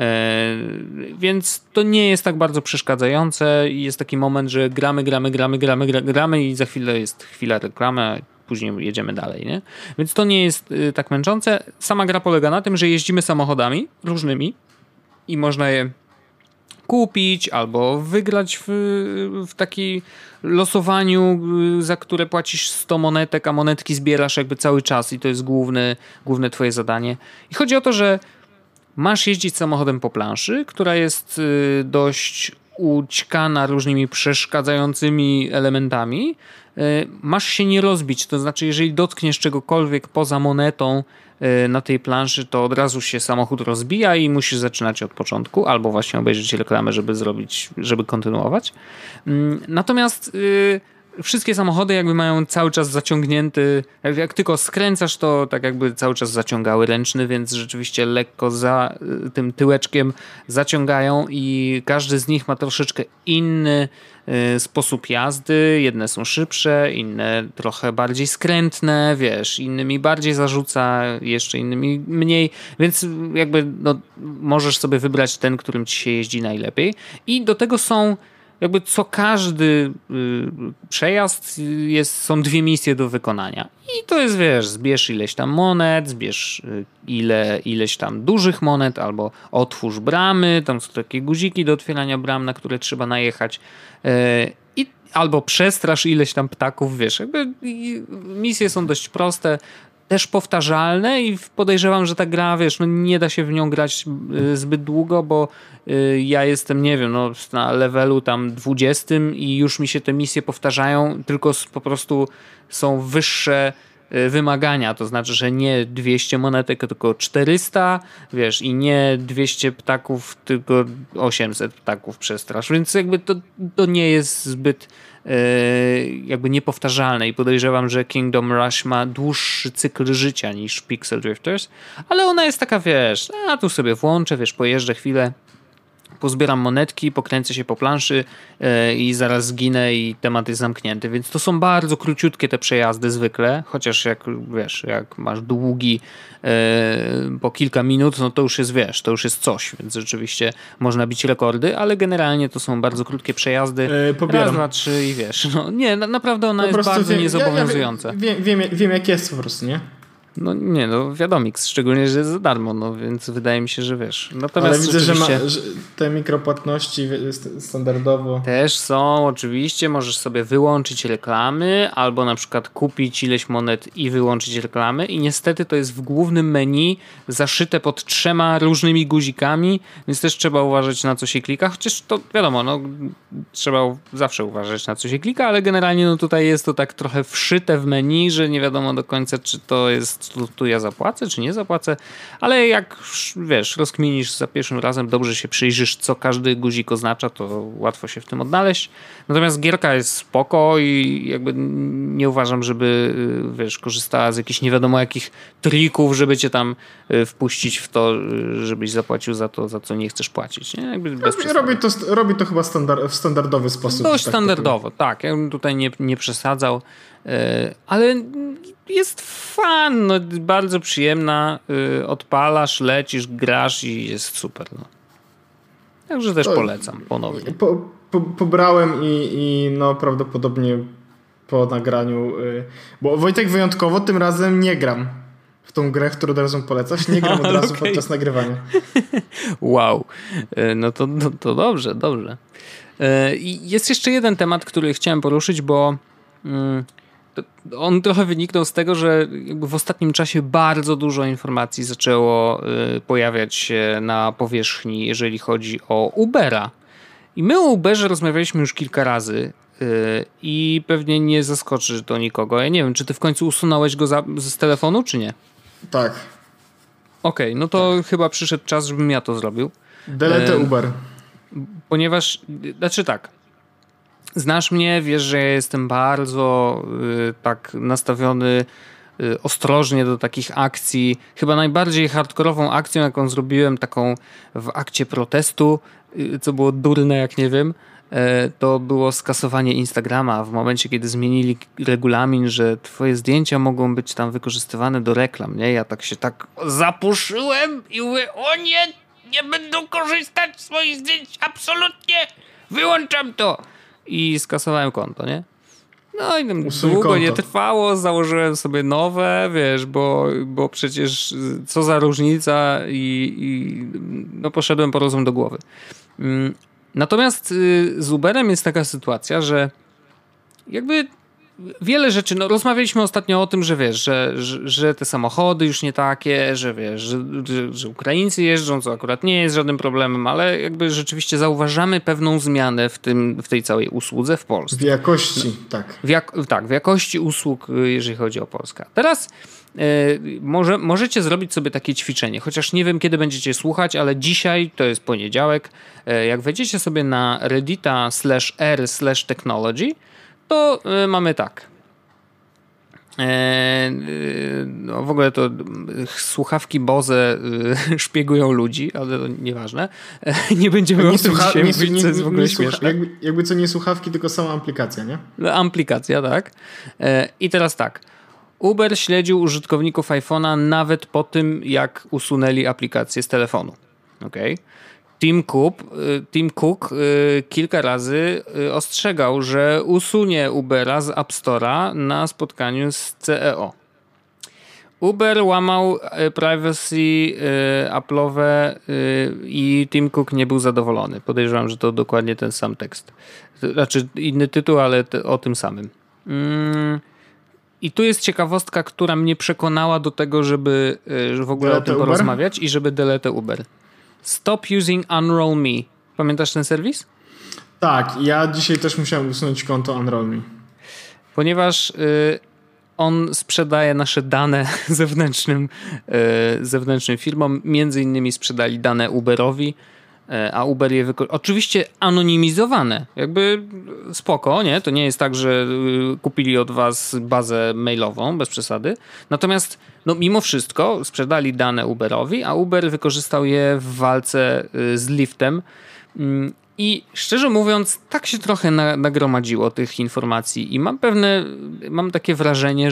Więc to nie jest tak bardzo przeszkadzające i jest taki moment, że gramy i za chwilę jest chwila reklamy, później jedziemy dalej, nie? Więc to nie jest tak męczące. Sama gra polega na tym, że jeździmy samochodami różnymi i można je kupić albo wygrać w takiej losowaniu, za które płacisz 100 monetek, a monetki zbierasz jakby cały czas i to jest główne twoje zadanie. I chodzi o to, że masz jeździć samochodem po planszy, która jest dość ućkana różnymi przeszkadzającymi elementami. Masz się nie rozbić, to znaczy jeżeli dotkniesz czegokolwiek poza monetą na tej planszy, to od razu się samochód rozbija i musisz zaczynać od początku, albo właśnie obejrzeć reklamę, żeby kontynuować. Natomiast wszystkie samochody jakby mają cały czas zaciągnięty, jak tylko skręcasz, to tak jakby cały czas zaciągały ręczny, więc rzeczywiście lekko za tym tyłeczkiem zaciągają i każdy z nich ma troszeczkę inny sposób jazdy. Jedne są szybsze, inne trochę bardziej skrętne, wiesz, innymi bardziej zarzuca, jeszcze innymi mniej, więc jakby możesz sobie wybrać ten, którym ci się jeździ najlepiej. I do tego są jakby co każdy przejazd są 2 misje do wykonania. I to jest, wiesz, zbierz ileś tam monet, zbierz ileś tam dużych monet, albo otwórz bramy, tam są takie guziki do otwierania bram, na które trzeba najechać. Albo przestrasz ileś tam ptaków, wiesz, jakby misje są dość proste, też powtarzalne i podejrzewam, że ta gra, wiesz, nie da się w nią grać zbyt długo, bo ja jestem, nie wiem, na levelu tam 20 i już mi się te misje powtarzają, tylko po prostu są wyższe wymagania, to znaczy, że nie 200 monetek, tylko 400, wiesz, i nie 200 ptaków, tylko 800 ptaków przestrasz, więc jakby to nie jest zbyt jakby niepowtarzalne i podejrzewam, że Kingdom Rush ma dłuższy cykl życia niż Pixel Drifters, ale ona jest taka, wiesz, tu sobie włączę, wiesz, pojeżdżę chwilę, pozbieram monetki, pokręcę się po planszy i zaraz zginę i temat jest zamknięty, więc to są bardzo króciutkie te przejazdy zwykle, chociaż jak wiesz, jak masz długi po kilka minut, to już jest, wiesz, to już jest coś, więc rzeczywiście można bić rekordy, ale generalnie to są bardzo krótkie przejazdy, raz, 2, 3 i wiesz, naprawdę ona jest bardzo niezobowiązująca. Wiem jak jest po prostu, nie? No nie, no wiadomix, szczególnie, że jest za darmo, no więc wydaje mi się, że wiesz. Natomiast ale widzę, że te mikropłatności standardowo też są, oczywiście, możesz sobie wyłączyć reklamy albo na przykład kupić ileś monet i wyłączyć reklamy i niestety to jest w głównym menu zaszyte pod 3 różnymi guzikami, więc też trzeba uważać, na co się klika, chociaż to wiadomo, no trzeba zawsze uważać, na co się klika, ale generalnie no tutaj jest to tak trochę wszyte w menu, że nie wiadomo do końca, czy to jest tu ja zapłacę, czy nie zapłacę, ale jak wiesz, rozkminisz za pierwszym razem, dobrze się przyjrzysz, co każdy guzik oznacza, to łatwo się w tym odnaleźć. Natomiast gierka jest spoko i jakby nie uważam, żeby wiesz, korzystała z jakichś nie wiadomo jakich trików, żeby cię tam wpuścić w to, żebyś zapłacił za to, za co nie chcesz płacić. Nie? Jakby bez robi to chyba w standardowy sposób. Dość standardowo, tak. Ja bym tutaj nie przesadzał, ale jest fan, no, bardzo przyjemna, odpalasz, lecisz, grasz i jest super. No. Także też polecam ponownie. Pobrałem i no prawdopodobnie po nagraniu, bo Wojtek wyjątkowo tym razem nie gram w tą grę, którą od razu polecasz, nie gram od razu podczas nagrywania. Wow, no to dobrze. I jest jeszcze jeden temat, który chciałem poruszyć, bo on trochę wyniknął z tego, że jakby w ostatnim czasie bardzo dużo informacji zaczęło pojawiać się na powierzchni, jeżeli chodzi o Ubera. I my o Uberze rozmawialiśmy już kilka razy i pewnie nie zaskoczy to nikogo. Ja nie wiem, czy ty w końcu usunąłeś go z telefonu, czy nie? Tak. Okej, no to chyba przyszedł czas, żebym ja to zrobił. Delete Uber. Ponieważ, znaczy tak, znasz mnie, wiesz, że ja jestem bardzo tak nastawiony ostrożnie do takich akcji. Chyba najbardziej hardkorową akcją, jaką zrobiłem, taką w akcie protestu, co było durne, jak nie wiem, to było skasowanie Instagrama w momencie, kiedy zmienili regulamin, że twoje zdjęcia mogą być tam wykorzystywane do reklam, nie? Ja tak się zapuszyłem i mówię, o nie będą korzystać z swoich zdjęć, absolutnie, wyłączam to. I skasowałem konto, nie? No i długo nie trwało, założyłem sobie nowe, wiesz, bo przecież co za różnica i no poszedłem po rozum do głowy. Natomiast z Uberem jest taka sytuacja, że jakby wiele rzeczy, no rozmawialiśmy ostatnio o tym, że wiesz, że te samochody już nie takie, że wiesz, że Ukraińcy jeżdżą, co akurat nie jest żadnym problemem, ale jakby rzeczywiście zauważamy pewną zmianę w tej całej usłudze w Polsce. W jakości, tak. W jakości usług, jeżeli chodzi o Polskę. Teraz możecie zrobić sobie takie ćwiczenie, chociaż nie wiem, kiedy będziecie słuchać, ale dzisiaj, to jest poniedziałek, jak wejdziecie sobie na reddita/r/technology, to mamy tak. No w ogóle to słuchawki Bose szpiegują ludzi, ale to nieważne. Nie będziemy o tym dzisiaj mówić, co jest w ogóle śmieszne. Jakby co nie słuchawki, tylko sama aplikacja, nie? Aplikacja, tak. I teraz tak. Uber śledził użytkowników iPhone'a nawet po tym, jak usunęli aplikację z telefonu. Okay? Tim Cook kilka razy ostrzegał, że usunie Ubera z App Store'a na spotkaniu z CEO. Uber łamał privacy Apple'owe i Tim Cook nie był zadowolony. Podejrzewam, że to dokładnie ten sam tekst. Znaczy inny tytuł, ale o tym samym. I tu jest ciekawostka, która mnie przekonała do tego, żeby w ogóle delete o tym porozmawiać i żeby delete Uber. Stop using Unroll Me. Pamiętasz ten serwis? Tak, ja dzisiaj też musiałem usunąć konto Unroll Me. Ponieważ on sprzedaje nasze dane zewnętrznym firmom. Między innymi sprzedali dane Uberowi, a Uber je oczywiście anonimizowane. Jakby spoko, nie? To nie jest tak, że kupili od was bazę mailową, bez przesady. Natomiast no, mimo wszystko sprzedali dane Uberowi, a Uber wykorzystał je w walce z Lyftem. I szczerze mówiąc, tak się trochę nagromadziło tych informacji i mam takie wrażenie,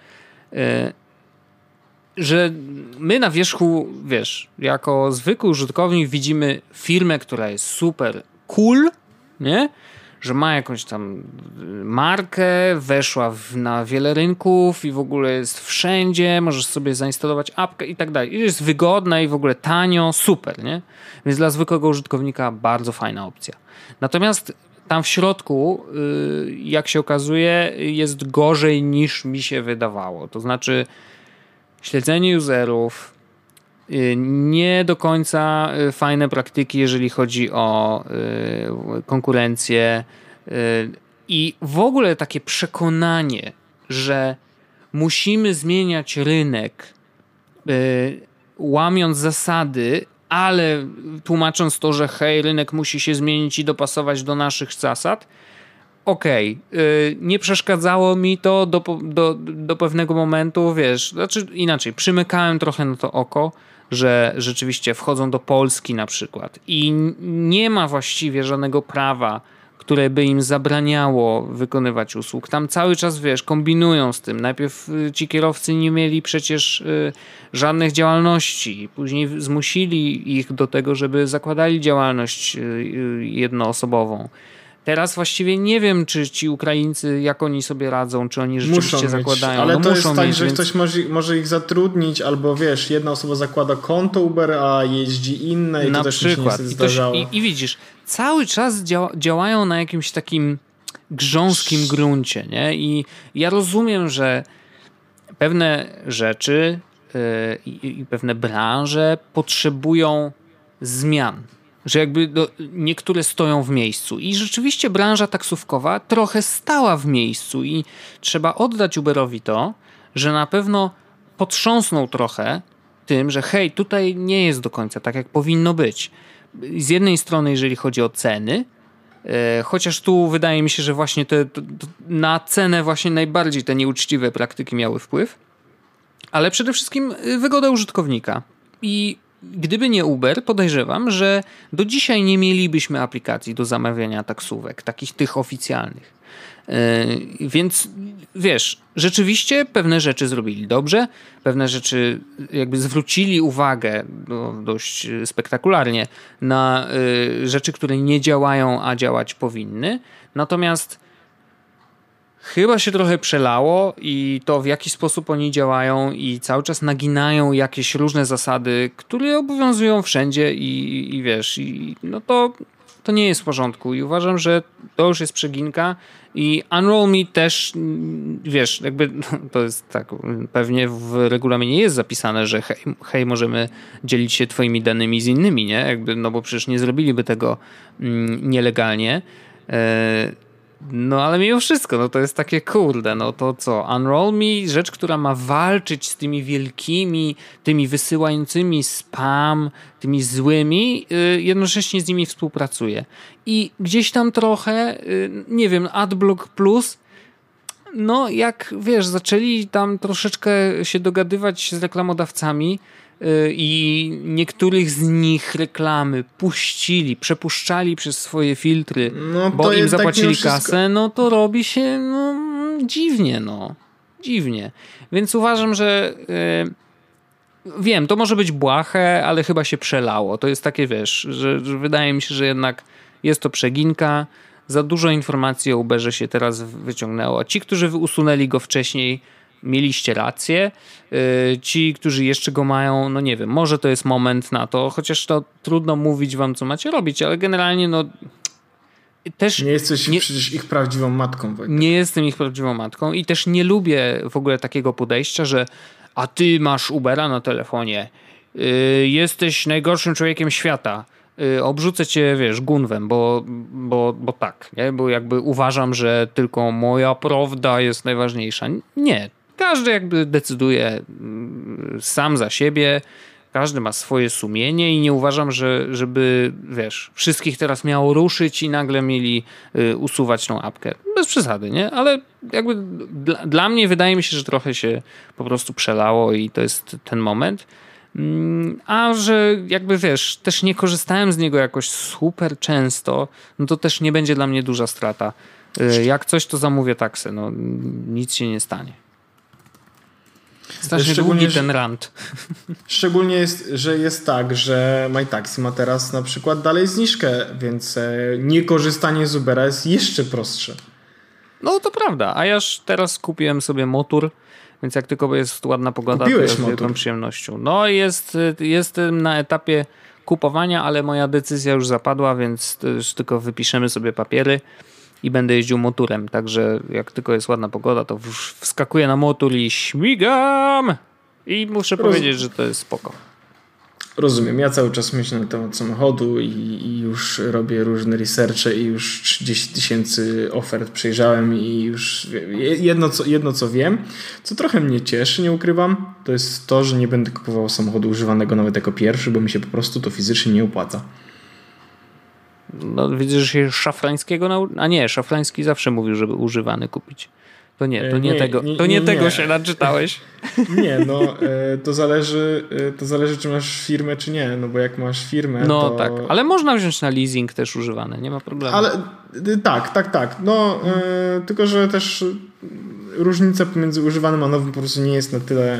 że my na wierzchu, wiesz, jako zwykły użytkownik widzimy firmę, która jest super cool, nie? że ma jakąś tam markę, weszła na wiele rynków i w ogóle jest wszędzie, możesz sobie zainstalować apkę i tak dalej. I jest wygodna i w ogóle tanio, super, nie? Więc dla zwykłego użytkownika bardzo fajna opcja. Natomiast tam w środku, jak się okazuje, jest gorzej niż mi się wydawało. To znaczy śledzenie userów, nie do końca fajne praktyki, jeżeli chodzi o konkurencję i w ogóle takie przekonanie, że musimy zmieniać rynek, łamiąc zasady, ale tłumacząc to, że hej, rynek musi się zmienić i dopasować do naszych zasad. Okej, nie przeszkadzało mi to do pewnego momentu, wiesz, znaczy inaczej, przymykałem trochę na to oko, że rzeczywiście wchodzą do Polski na przykład i nie ma właściwie żadnego prawa, które by im zabraniało wykonywać usług. Tam cały czas, wiesz, kombinują z tym. Najpierw ci kierowcy nie mieli przecież żadnych działalności. Później zmusili ich do tego, żeby zakładali działalność jednoosobową. Teraz właściwie nie wiem, czy ci Ukraińcy, jak oni sobie radzą, czy oni rzeczywiście zakładają. Ale to jest tak, że więc... ktoś może ich zatrudnić, albo wiesz, jedna osoba zakłada konto Uber, a jeździ inne i na to też przykład. mi się zdarzało. I widzisz, cały czas działają na jakimś takim grząskim gruncie, nie? I ja rozumiem, że pewne rzeczy i pewne branże potrzebują zmian. Że jakby niektóre stoją w miejscu. I rzeczywiście branża taksówkowa trochę stała w miejscu i trzeba oddać Uberowi to, że na pewno potrząsnął trochę tym, że hej, tutaj nie jest do końca tak, jak powinno być. Z jednej strony, jeżeli chodzi o ceny, chociaż tu wydaje mi się, że właśnie na cenę właśnie najbardziej te nieuczciwe praktyki miały wpływ, ale przede wszystkim wygoda użytkownika. I gdyby nie Uber, podejrzewam, że do dzisiaj nie mielibyśmy aplikacji do zamawiania taksówek, takich tych oficjalnych. Więc wiesz, rzeczywiście pewne rzeczy zrobili dobrze, pewne rzeczy jakby zwrócili uwagę dość spektakularnie na rzeczy, które nie działają, a działać powinny. Natomiast chyba się trochę przelało i to, w jaki sposób oni działają i cały czas naginają jakieś różne zasady, które obowiązują wszędzie i wiesz, no to nie jest w porządku i uważam, że to już jest przeginka i Unroll Me też, wiesz, jakby to jest tak, pewnie w regulaminie jest zapisane, że hej, możemy dzielić się twoimi danymi z innymi, nie? Jakby, no bo przecież nie zrobiliby tego nielegalnie. No ale mimo wszystko, no to jest takie kurde, no to co? Unroll Me, rzecz, która ma walczyć z tymi wielkimi, tymi wysyłającymi spam, tymi złymi, jednocześnie z nimi współpracuje. I gdzieś tam trochę, nie wiem, AdBlock Plus, no jak wiesz, zaczęli tam troszeczkę się dogadywać z reklamodawcami, i niektórych z nich reklamy przepuszczali przez swoje filtry, no bo im zapłacili tak kasę, no to robi się dziwnie, dziwnie. Więc uważam, że wiem, to może być błahe, ale chyba się przelało. To jest takie, wiesz, że wydaje mi się, że jednak jest to przeginka. Za dużo informacji o Uberze się teraz wyciągnęło. Ci, którzy usunęli go wcześniej, mieliście rację. Ci, którzy jeszcze go mają, no nie wiem, może to jest moment na to, chociaż to trudno mówić wam, co macie robić, ale generalnie też... Nie jesteś przecież ich prawdziwą matką, Wojtek. Nie jestem ich prawdziwą matką i też nie lubię w ogóle takiego podejścia, że a ty masz Ubera na telefonie, jesteś najgorszym człowiekiem świata, obrzucę cię, wiesz, gunwem, bo tak, nie? Bo jakby uważam, że tylko moja prawda jest najważniejsza. Nie. Każdy jakby decyduje sam za siebie, każdy ma swoje sumienie i nie uważam, żeby, wiesz, wszystkich teraz miało ruszyć i nagle mieli usuwać tą apkę. Bez przesady, nie? Ale jakby dla mnie wydaje mi się, że trochę się po prostu przelało i to jest ten moment. A że jakby, wiesz, też nie korzystałem z niego jakoś super często, no to też nie będzie dla mnie duża strata. Jak coś, to zamówię taksę, no nic się nie stanie. Strasznie długi ten rant. Szczególnie jest, że jest tak, że MyTaxi ma teraz na przykład dalej zniżkę, więc niekorzystanie z Ubera jest jeszcze prostsze. No to prawda, a ja już teraz kupiłem sobie motor, więc jak tylko jest ładna pogoda, Kupiłeś to z wielką przyjemnością. No jestem na etapie kupowania, ale moja decyzja już zapadła, więc już tylko wypiszemy sobie papiery i będę jeździł motorem. Także jak tylko jest ładna pogoda, to wskakuję na motor i śmigam! I muszę powiedzieć, że to jest spoko. Rozumiem. Ja cały czas myślę na temat samochodu i już robię różne researche i już 30 000 ofert przejrzałem i już jedno co wiem, co trochę mnie cieszy, nie ukrywam, to jest to, że nie będę kupował samochodu używanego nawet jako pierwszy, bo mi się po prostu to fizycznie nie opłaca. No widzę, że się Szafrańskiego a nie, Szafrański zawsze mówił, żeby używany kupić. To nie tego się naczytałeś. Nie, no to zależy czy masz firmę, czy nie, no bo jak masz firmę, no to... tak, ale można wziąć na leasing też używane, nie ma problemu. Ale tak, no tylko, że też różnica pomiędzy używanym a nowym po prostu nie jest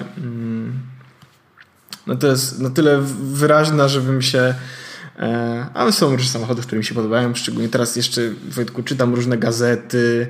na tyle wyraźna, żebym się... Ale są różne samochody, które mi się podobają, szczególnie teraz jeszcze, Wojtku, czytam różne gazety.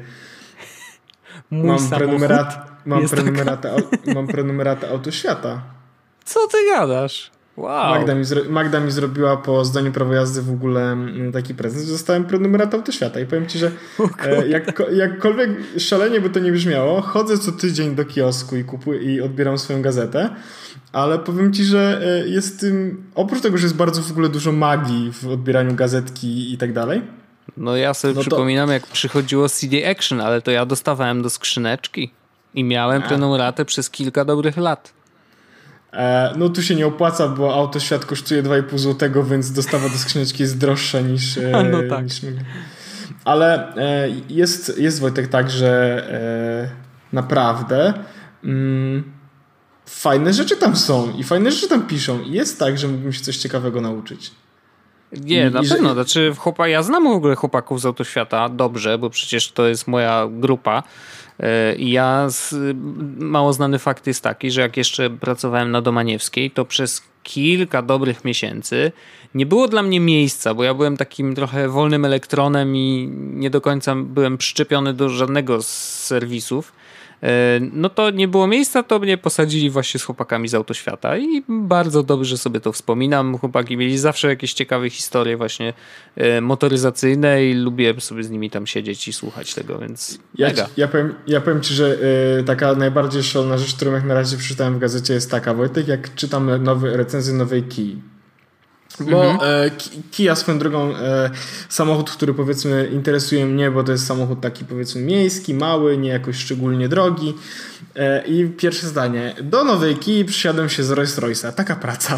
Mam prenumeratę Autoświata. Co ty gadasz? Wow. Magda mi zrobiła po zdaniu prawa jazdy w ogóle taki prezent, że dostałem prenumeratę Autoświata i powiem ci, że jakkolwiek szalenie by to nie brzmiało, chodzę co tydzień do kiosku i odbieram swoją gazetę, ale powiem ci, że jest tym, oprócz tego, że jest bardzo w ogóle dużo magii w odbieraniu gazetki i tak dalej. No ja sobie przypominam, jak przychodziło CD Action, ale to ja dostawałem do skrzyneczki i miałem prenumeratę przez kilka dobrych lat. No tu się nie opłaca, bo Autoświat kosztuje 2,5 zł, więc dostawa do skrzyneczki jest droższa niż... No tak. Ale jest Wojtek tak, że naprawdę fajne rzeczy tam są i fajne rzeczy tam piszą i jest tak, że mógłbym się coś ciekawego nauczyć. Nie, na pewno. Znaczy, ja znam w ogóle chłopaków z Autoświata dobrze, bo przecież to jest moja grupa. I mało znany fakt jest taki, że jak jeszcze pracowałem na Domaniewskiej, to przez kilka dobrych miesięcy nie było dla mnie miejsca, bo ja byłem takim trochę wolnym elektronem i nie do końca byłem przyczepiony do żadnego z serwisów. No to nie było miejsca, to mnie posadzili właśnie z chłopakami z Autoświata i bardzo dobrze sobie to wspominam. Chłopaki mieli zawsze jakieś ciekawe historie właśnie motoryzacyjne i lubię sobie z nimi tam siedzieć i słuchać tego, więc mega. Ja powiem ci, że taka najbardziej szalona rzecz, którą jak na razie przeczytałem w gazecie jest taka, Wojtek, jak czytam recenzję nowej Kii. Bo Kia swoją drogą samochód, który powiedzmy interesuje mnie, bo to jest samochód taki powiedzmy miejski, mały, nie jakoś szczególnie drogi. I pierwsze zdanie. Do nowej Kii przysiadłem się z Rolls-Royce'a. Taka praca.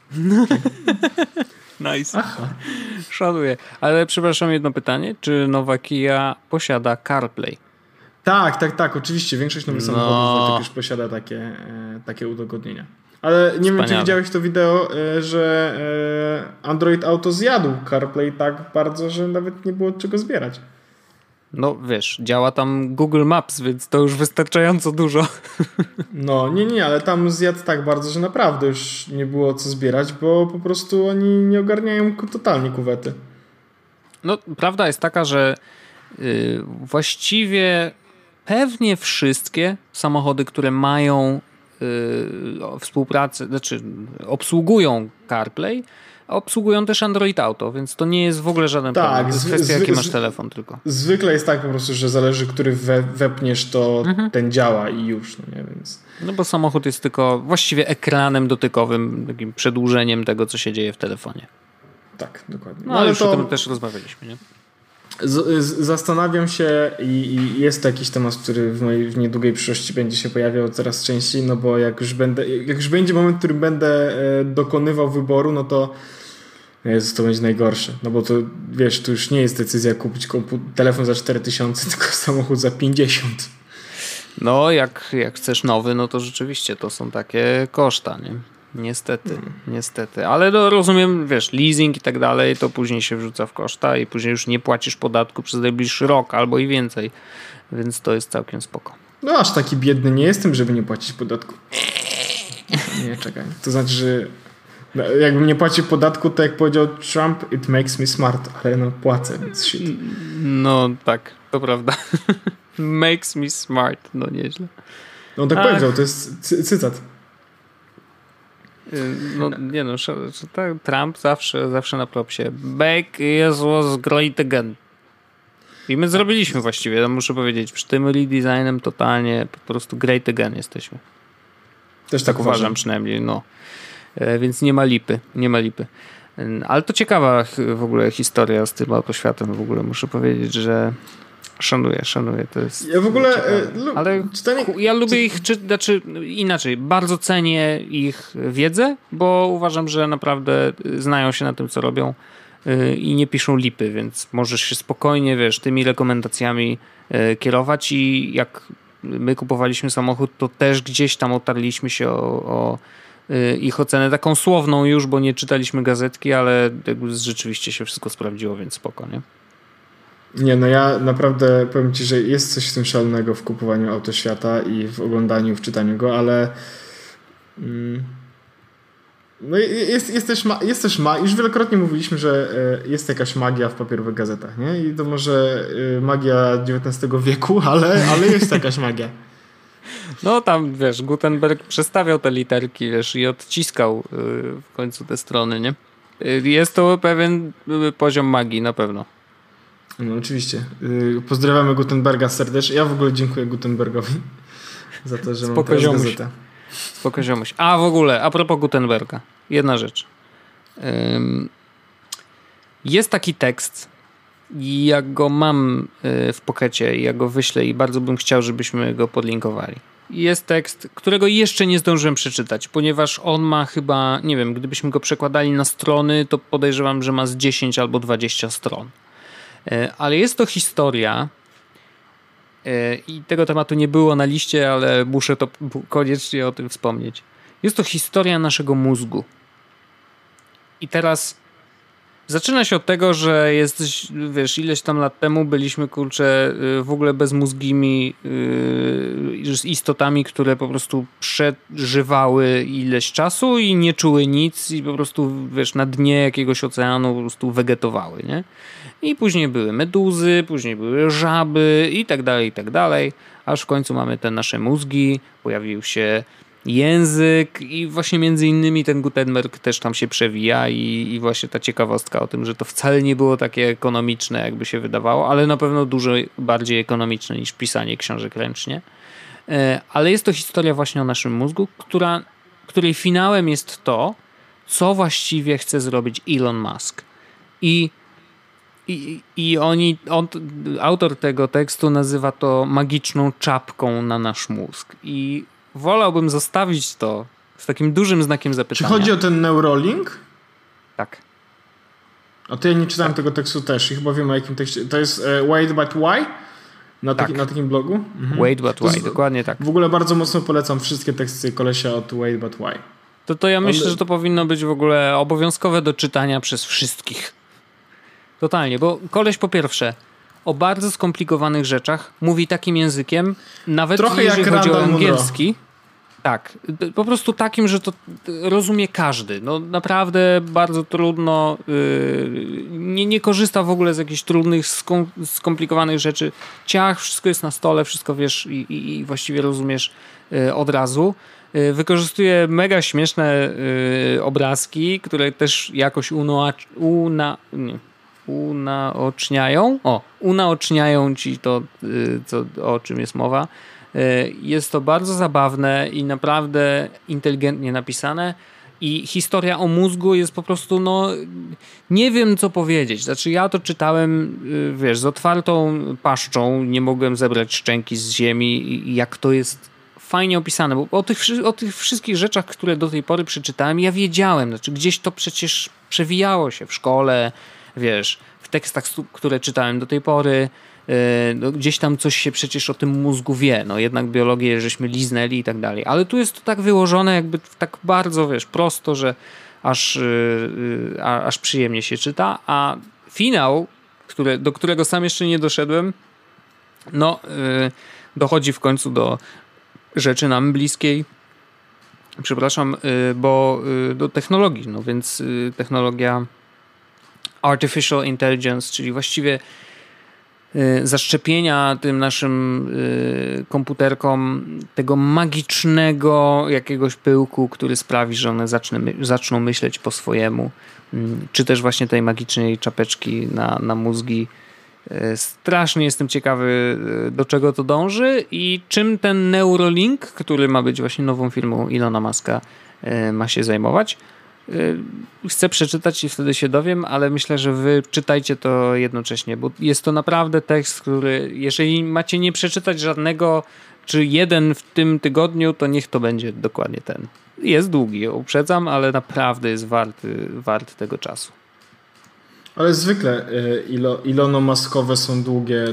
Nice. Aha. Szanuję. Ale przepraszam, jedno pytanie. Czy nowa Kia posiada CarPlay? Tak. Oczywiście. Większość nowych samochodów już posiada takie udogodnienia. Ale nie wiem, czy widziałeś to wideo, że Android Auto zjadł CarPlay tak bardzo, że nawet nie było czego zbierać. No wiesz, działa tam Google Maps, więc to już wystarczająco dużo. No nie, ale tam zjadł tak bardzo, że naprawdę już nie było co zbierać, bo po prostu oni nie ogarniają totalnie kuwety. No prawda jest taka, że właściwie pewnie wszystkie samochody, które mają współpracę, znaczy obsługują CarPlay, a obsługują też Android Auto, więc to nie jest w ogóle żaden problem. To jest kwestia, jaki masz telefon tylko. Zwykle jest tak po prostu, że zależy, który wepniesz, to ten działa i już. No, nie? Więc... no bo samochód jest tylko właściwie ekranem dotykowym, takim przedłużeniem tego, co się dzieje w telefonie. Tak, dokładnie. No ale już o tym też rozmawialiśmy, nie? Zastanawiam się i jest to jakiś temat, który w niedługiej przyszłości będzie się pojawiał coraz częściej, no bo jak już będzie moment, w którym będę dokonywał wyboru, no to to będzie najgorsze. No bo to wiesz, to już nie jest decyzja kupić telefon za 4000, tylko samochód za 50. No jak chcesz nowy, no to rzeczywiście to są takie koszta, nie? Niestety. Ale rozumiem, wiesz, leasing i tak dalej, to później się wrzuca w koszta i później już nie płacisz podatku przez najbliższy rok albo i więcej. Więc to jest całkiem spoko. No aż taki biedny nie jestem, żeby nie płacić podatku. Nie, czekaj. To znaczy, że jakbym nie płacił podatku, to jak powiedział Trump, it makes me smart, ale no płacę, więc shit. No tak, to prawda. Makes me smart, no nieźle. No tak powiedział, to jest cytat. No nie no, Trump zawsze na propsie. Back was great again. I my zrobiliśmy właściwie, muszę powiedzieć, przy tym redesignem totalnie po prostu great again jesteśmy. Też tak uważam przynajmniej, no. Więc nie ma lipy. Ale to ciekawa w ogóle historia z tym autoświatem w ogóle. Muszę powiedzieć, że szanuję. To jest ja w ogóle ale ja lubię ich, znaczy inaczej, bardzo cenię ich wiedzę, bo uważam, że naprawdę znają się na tym, co robią i nie piszą lipy, więc możesz się spokojnie, wiesz, tymi rekomendacjami kierować i jak my kupowaliśmy samochód, to też gdzieś tam otarliśmy się o ich ocenę taką słowną już, bo nie czytaliśmy gazetki, ale jakby rzeczywiście się wszystko sprawdziło, więc spoko, nie? Nie, no ja naprawdę powiem ci, że jest coś w tym szalonego w kupowaniu autoświata i w oglądaniu, w czytaniu go, ale no jest też już wielokrotnie mówiliśmy, że jest jakaś magia w papierowych gazetach, nie? I to może magia XIX wieku, ale jest jakaś magia. No tam, wiesz, Gutenberg przestawiał te literki, wiesz, i odciskał w końcu te strony, nie? Jest to pewien poziom magii, na pewno. No oczywiście. Pozdrawiamy Gutenberga serdecznie. Ja w ogóle dziękuję Gutenbergowi za to, że mam teraz gazetę. Spoko ziomuś. A w ogóle, a propos Gutenberga. Jedna rzecz. Jest taki tekst, ja go mam w pokecie, ja go wyślę i bardzo bym chciał, żebyśmy go podlinkowali. Jest tekst, którego jeszcze nie zdążyłem przeczytać, ponieważ on ma chyba, nie wiem, gdybyśmy go przekładali na strony, to podejrzewam, że ma z 10 albo 20 stron. Ale jest to historia i tego tematu nie było na liście, ale muszę to koniecznie o tym wspomnieć. Jest to historia naszego mózgu. I teraz zaczyna się od tego, że jesteś, wiesz, ileś tam lat temu byliśmy, kurczę, w ogóle bezmózgimi istotami, które po prostu przeżywały ileś czasu i nie czuły nic i po prostu, wiesz, na dnie jakiegoś oceanu po prostu wegetowały, nie? I później były meduzy, później były żaby i tak dalej, aż w końcu mamy te nasze mózgi, pojawił się język i właśnie między innymi ten Gutenberg też tam się przewija i właśnie ta ciekawostka o tym, że to wcale nie było takie ekonomiczne, jakby się wydawało, ale na pewno dużo bardziej ekonomiczne niż pisanie książek ręcznie. Ale jest to historia właśnie o naszym mózgu, której finałem jest to, co właściwie chce zrobić Elon Musk. Autor tego tekstu nazywa to magiczną czapką na nasz mózg. I wolałbym zostawić to z takim dużym znakiem zapytania. Czy chodzi o ten Neuralink? Tak. A to ja nie czytałem tego tekstu też i chyba wiem o jakim tekście. To jest Wait But Why? Na takim blogu? Mhm. Wait But Why, dokładnie tak. W ogóle bardzo mocno polecam wszystkie teksty kolesia od Wait But Why. To ja myślę, że to powinno być w ogóle obowiązkowe do czytania przez wszystkich. Totalnie, bo koleś po pierwsze o bardzo skomplikowanych rzeczach mówi takim językiem, nawet trochę jeżeli chodzi o angielski. Tak, po prostu takim, że to rozumie każdy. No naprawdę bardzo trudno, nie korzysta w ogóle z jakichś trudnych, skomplikowanych rzeczy. Wszystko jest na stole, wszystko wiesz i właściwie rozumiesz od razu. Wykorzystuje mega śmieszne obrazki, które też jakoś unaoczniają ci to, o czym jest mowa. Jest to bardzo zabawne i naprawdę inteligentnie napisane i historia o mózgu jest po prostu, no nie wiem co powiedzieć. Znaczy ja to czytałem, wiesz, z otwartą paszczą, nie mogłem zebrać szczęki z ziemi i jak to jest fajnie opisane, bo o tych wszystkich rzeczach, które do tej pory przeczytałem, ja wiedziałem, znaczy gdzieś to przecież przewijało się w szkole, wiesz, w tekstach, które czytałem do tej pory, no, gdzieś tam coś się przecież o tym mózgu wie, no jednak biologię żeśmy liznęli i tak dalej, ale tu jest to tak wyłożone jakby tak bardzo, wiesz, prosto, że aż przyjemnie się czyta, a finał, do którego sam jeszcze nie doszedłem, no dochodzi w końcu do rzeczy nam bliskiej. Przepraszam, bo do technologii, no więc technologia Artificial Intelligence, czyli właściwie zaszczepienia tym naszym komputerkom tego magicznego jakiegoś pyłku, który sprawi, że one zaczną myśleć po swojemu, czy też właśnie tej magicznej czapeczki na mózgi. Strasznie jestem ciekawy, do czego to dąży i czym ten Neuralink, który ma być właśnie nową firmą Ilona Muska, ma się zajmować. Chcę przeczytać i wtedy się dowiem, ale myślę, że wy czytajcie to jednocześnie, bo jest to naprawdę tekst, który jeżeli macie nie przeczytać żadnego, czy jeden w tym tygodniu, to niech to będzie dokładnie ten. Jest długi, uprzedzam, ale naprawdę jest wart tego czasu. Ale zwykle Ilono-Muskowe są długie,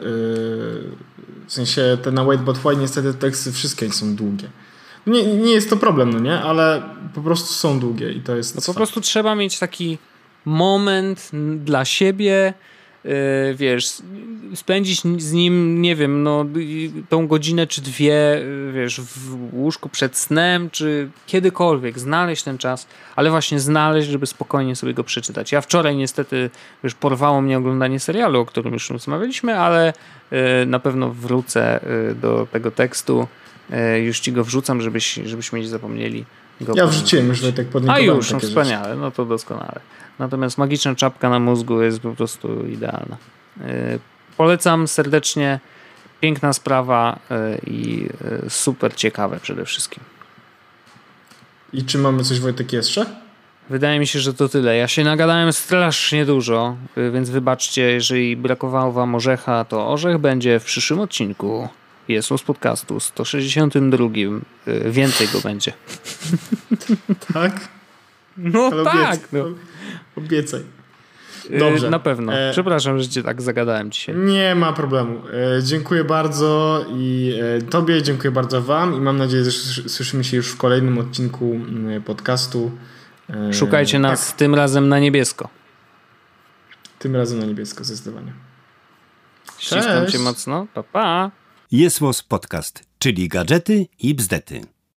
w sensie te na Wait But Why niestety teksty wszystkie są długie. Nie jest to problem, no nie? Ale po prostu są długie i to jest... No po prostu trzeba mieć taki moment dla siebie, wiesz, spędzić z nim, nie wiem, no tą godzinę czy dwie, wiesz, w łóżku przed snem, czy kiedykolwiek, znaleźć ten czas, ale właśnie znaleźć, żeby spokojnie sobie go przeczytać. Ja wczoraj niestety, wiesz, porwało mnie oglądanie serialu, o którym już rozmawialiśmy, ale na pewno wrócę do tego tekstu. Już ci go wrzucam, żebyśmy nie zapomnieli go. Ja wrzuciłem już, tak podlinkowałem. A już, no wspaniale, no to doskonale. Natomiast magiczna czapka na mózgu jest po prostu idealna. Polecam serdecznie, piękna sprawa i super ciekawe przede wszystkim. I czy mamy coś, Wojtek, jeszcze? Wydaje mi się, że to tyle. Ja się nagadałem strasznie dużo, więc wybaczcie, jeżeli brakowało wam orzecha, to orzech będzie w przyszłym odcinku. Jest z podcastu 162. Więcej go będzie. Tak? No ale tak. Obiecaj. Dobrze. Na pewno. Przepraszam, że cię tak zagadałem dzisiaj. Nie ma problemu. Dziękuję bardzo i tobie, dziękuję bardzo wam i mam nadzieję, że słyszymy się już w kolejnym odcinku podcastu. Szukajcie nas tym razem na niebiesko. Tym razem na niebiesko, zdecydowanie. Ściskam cię mocno. Pa, pa. Jest Podcast, czyli gadżety i bzdety.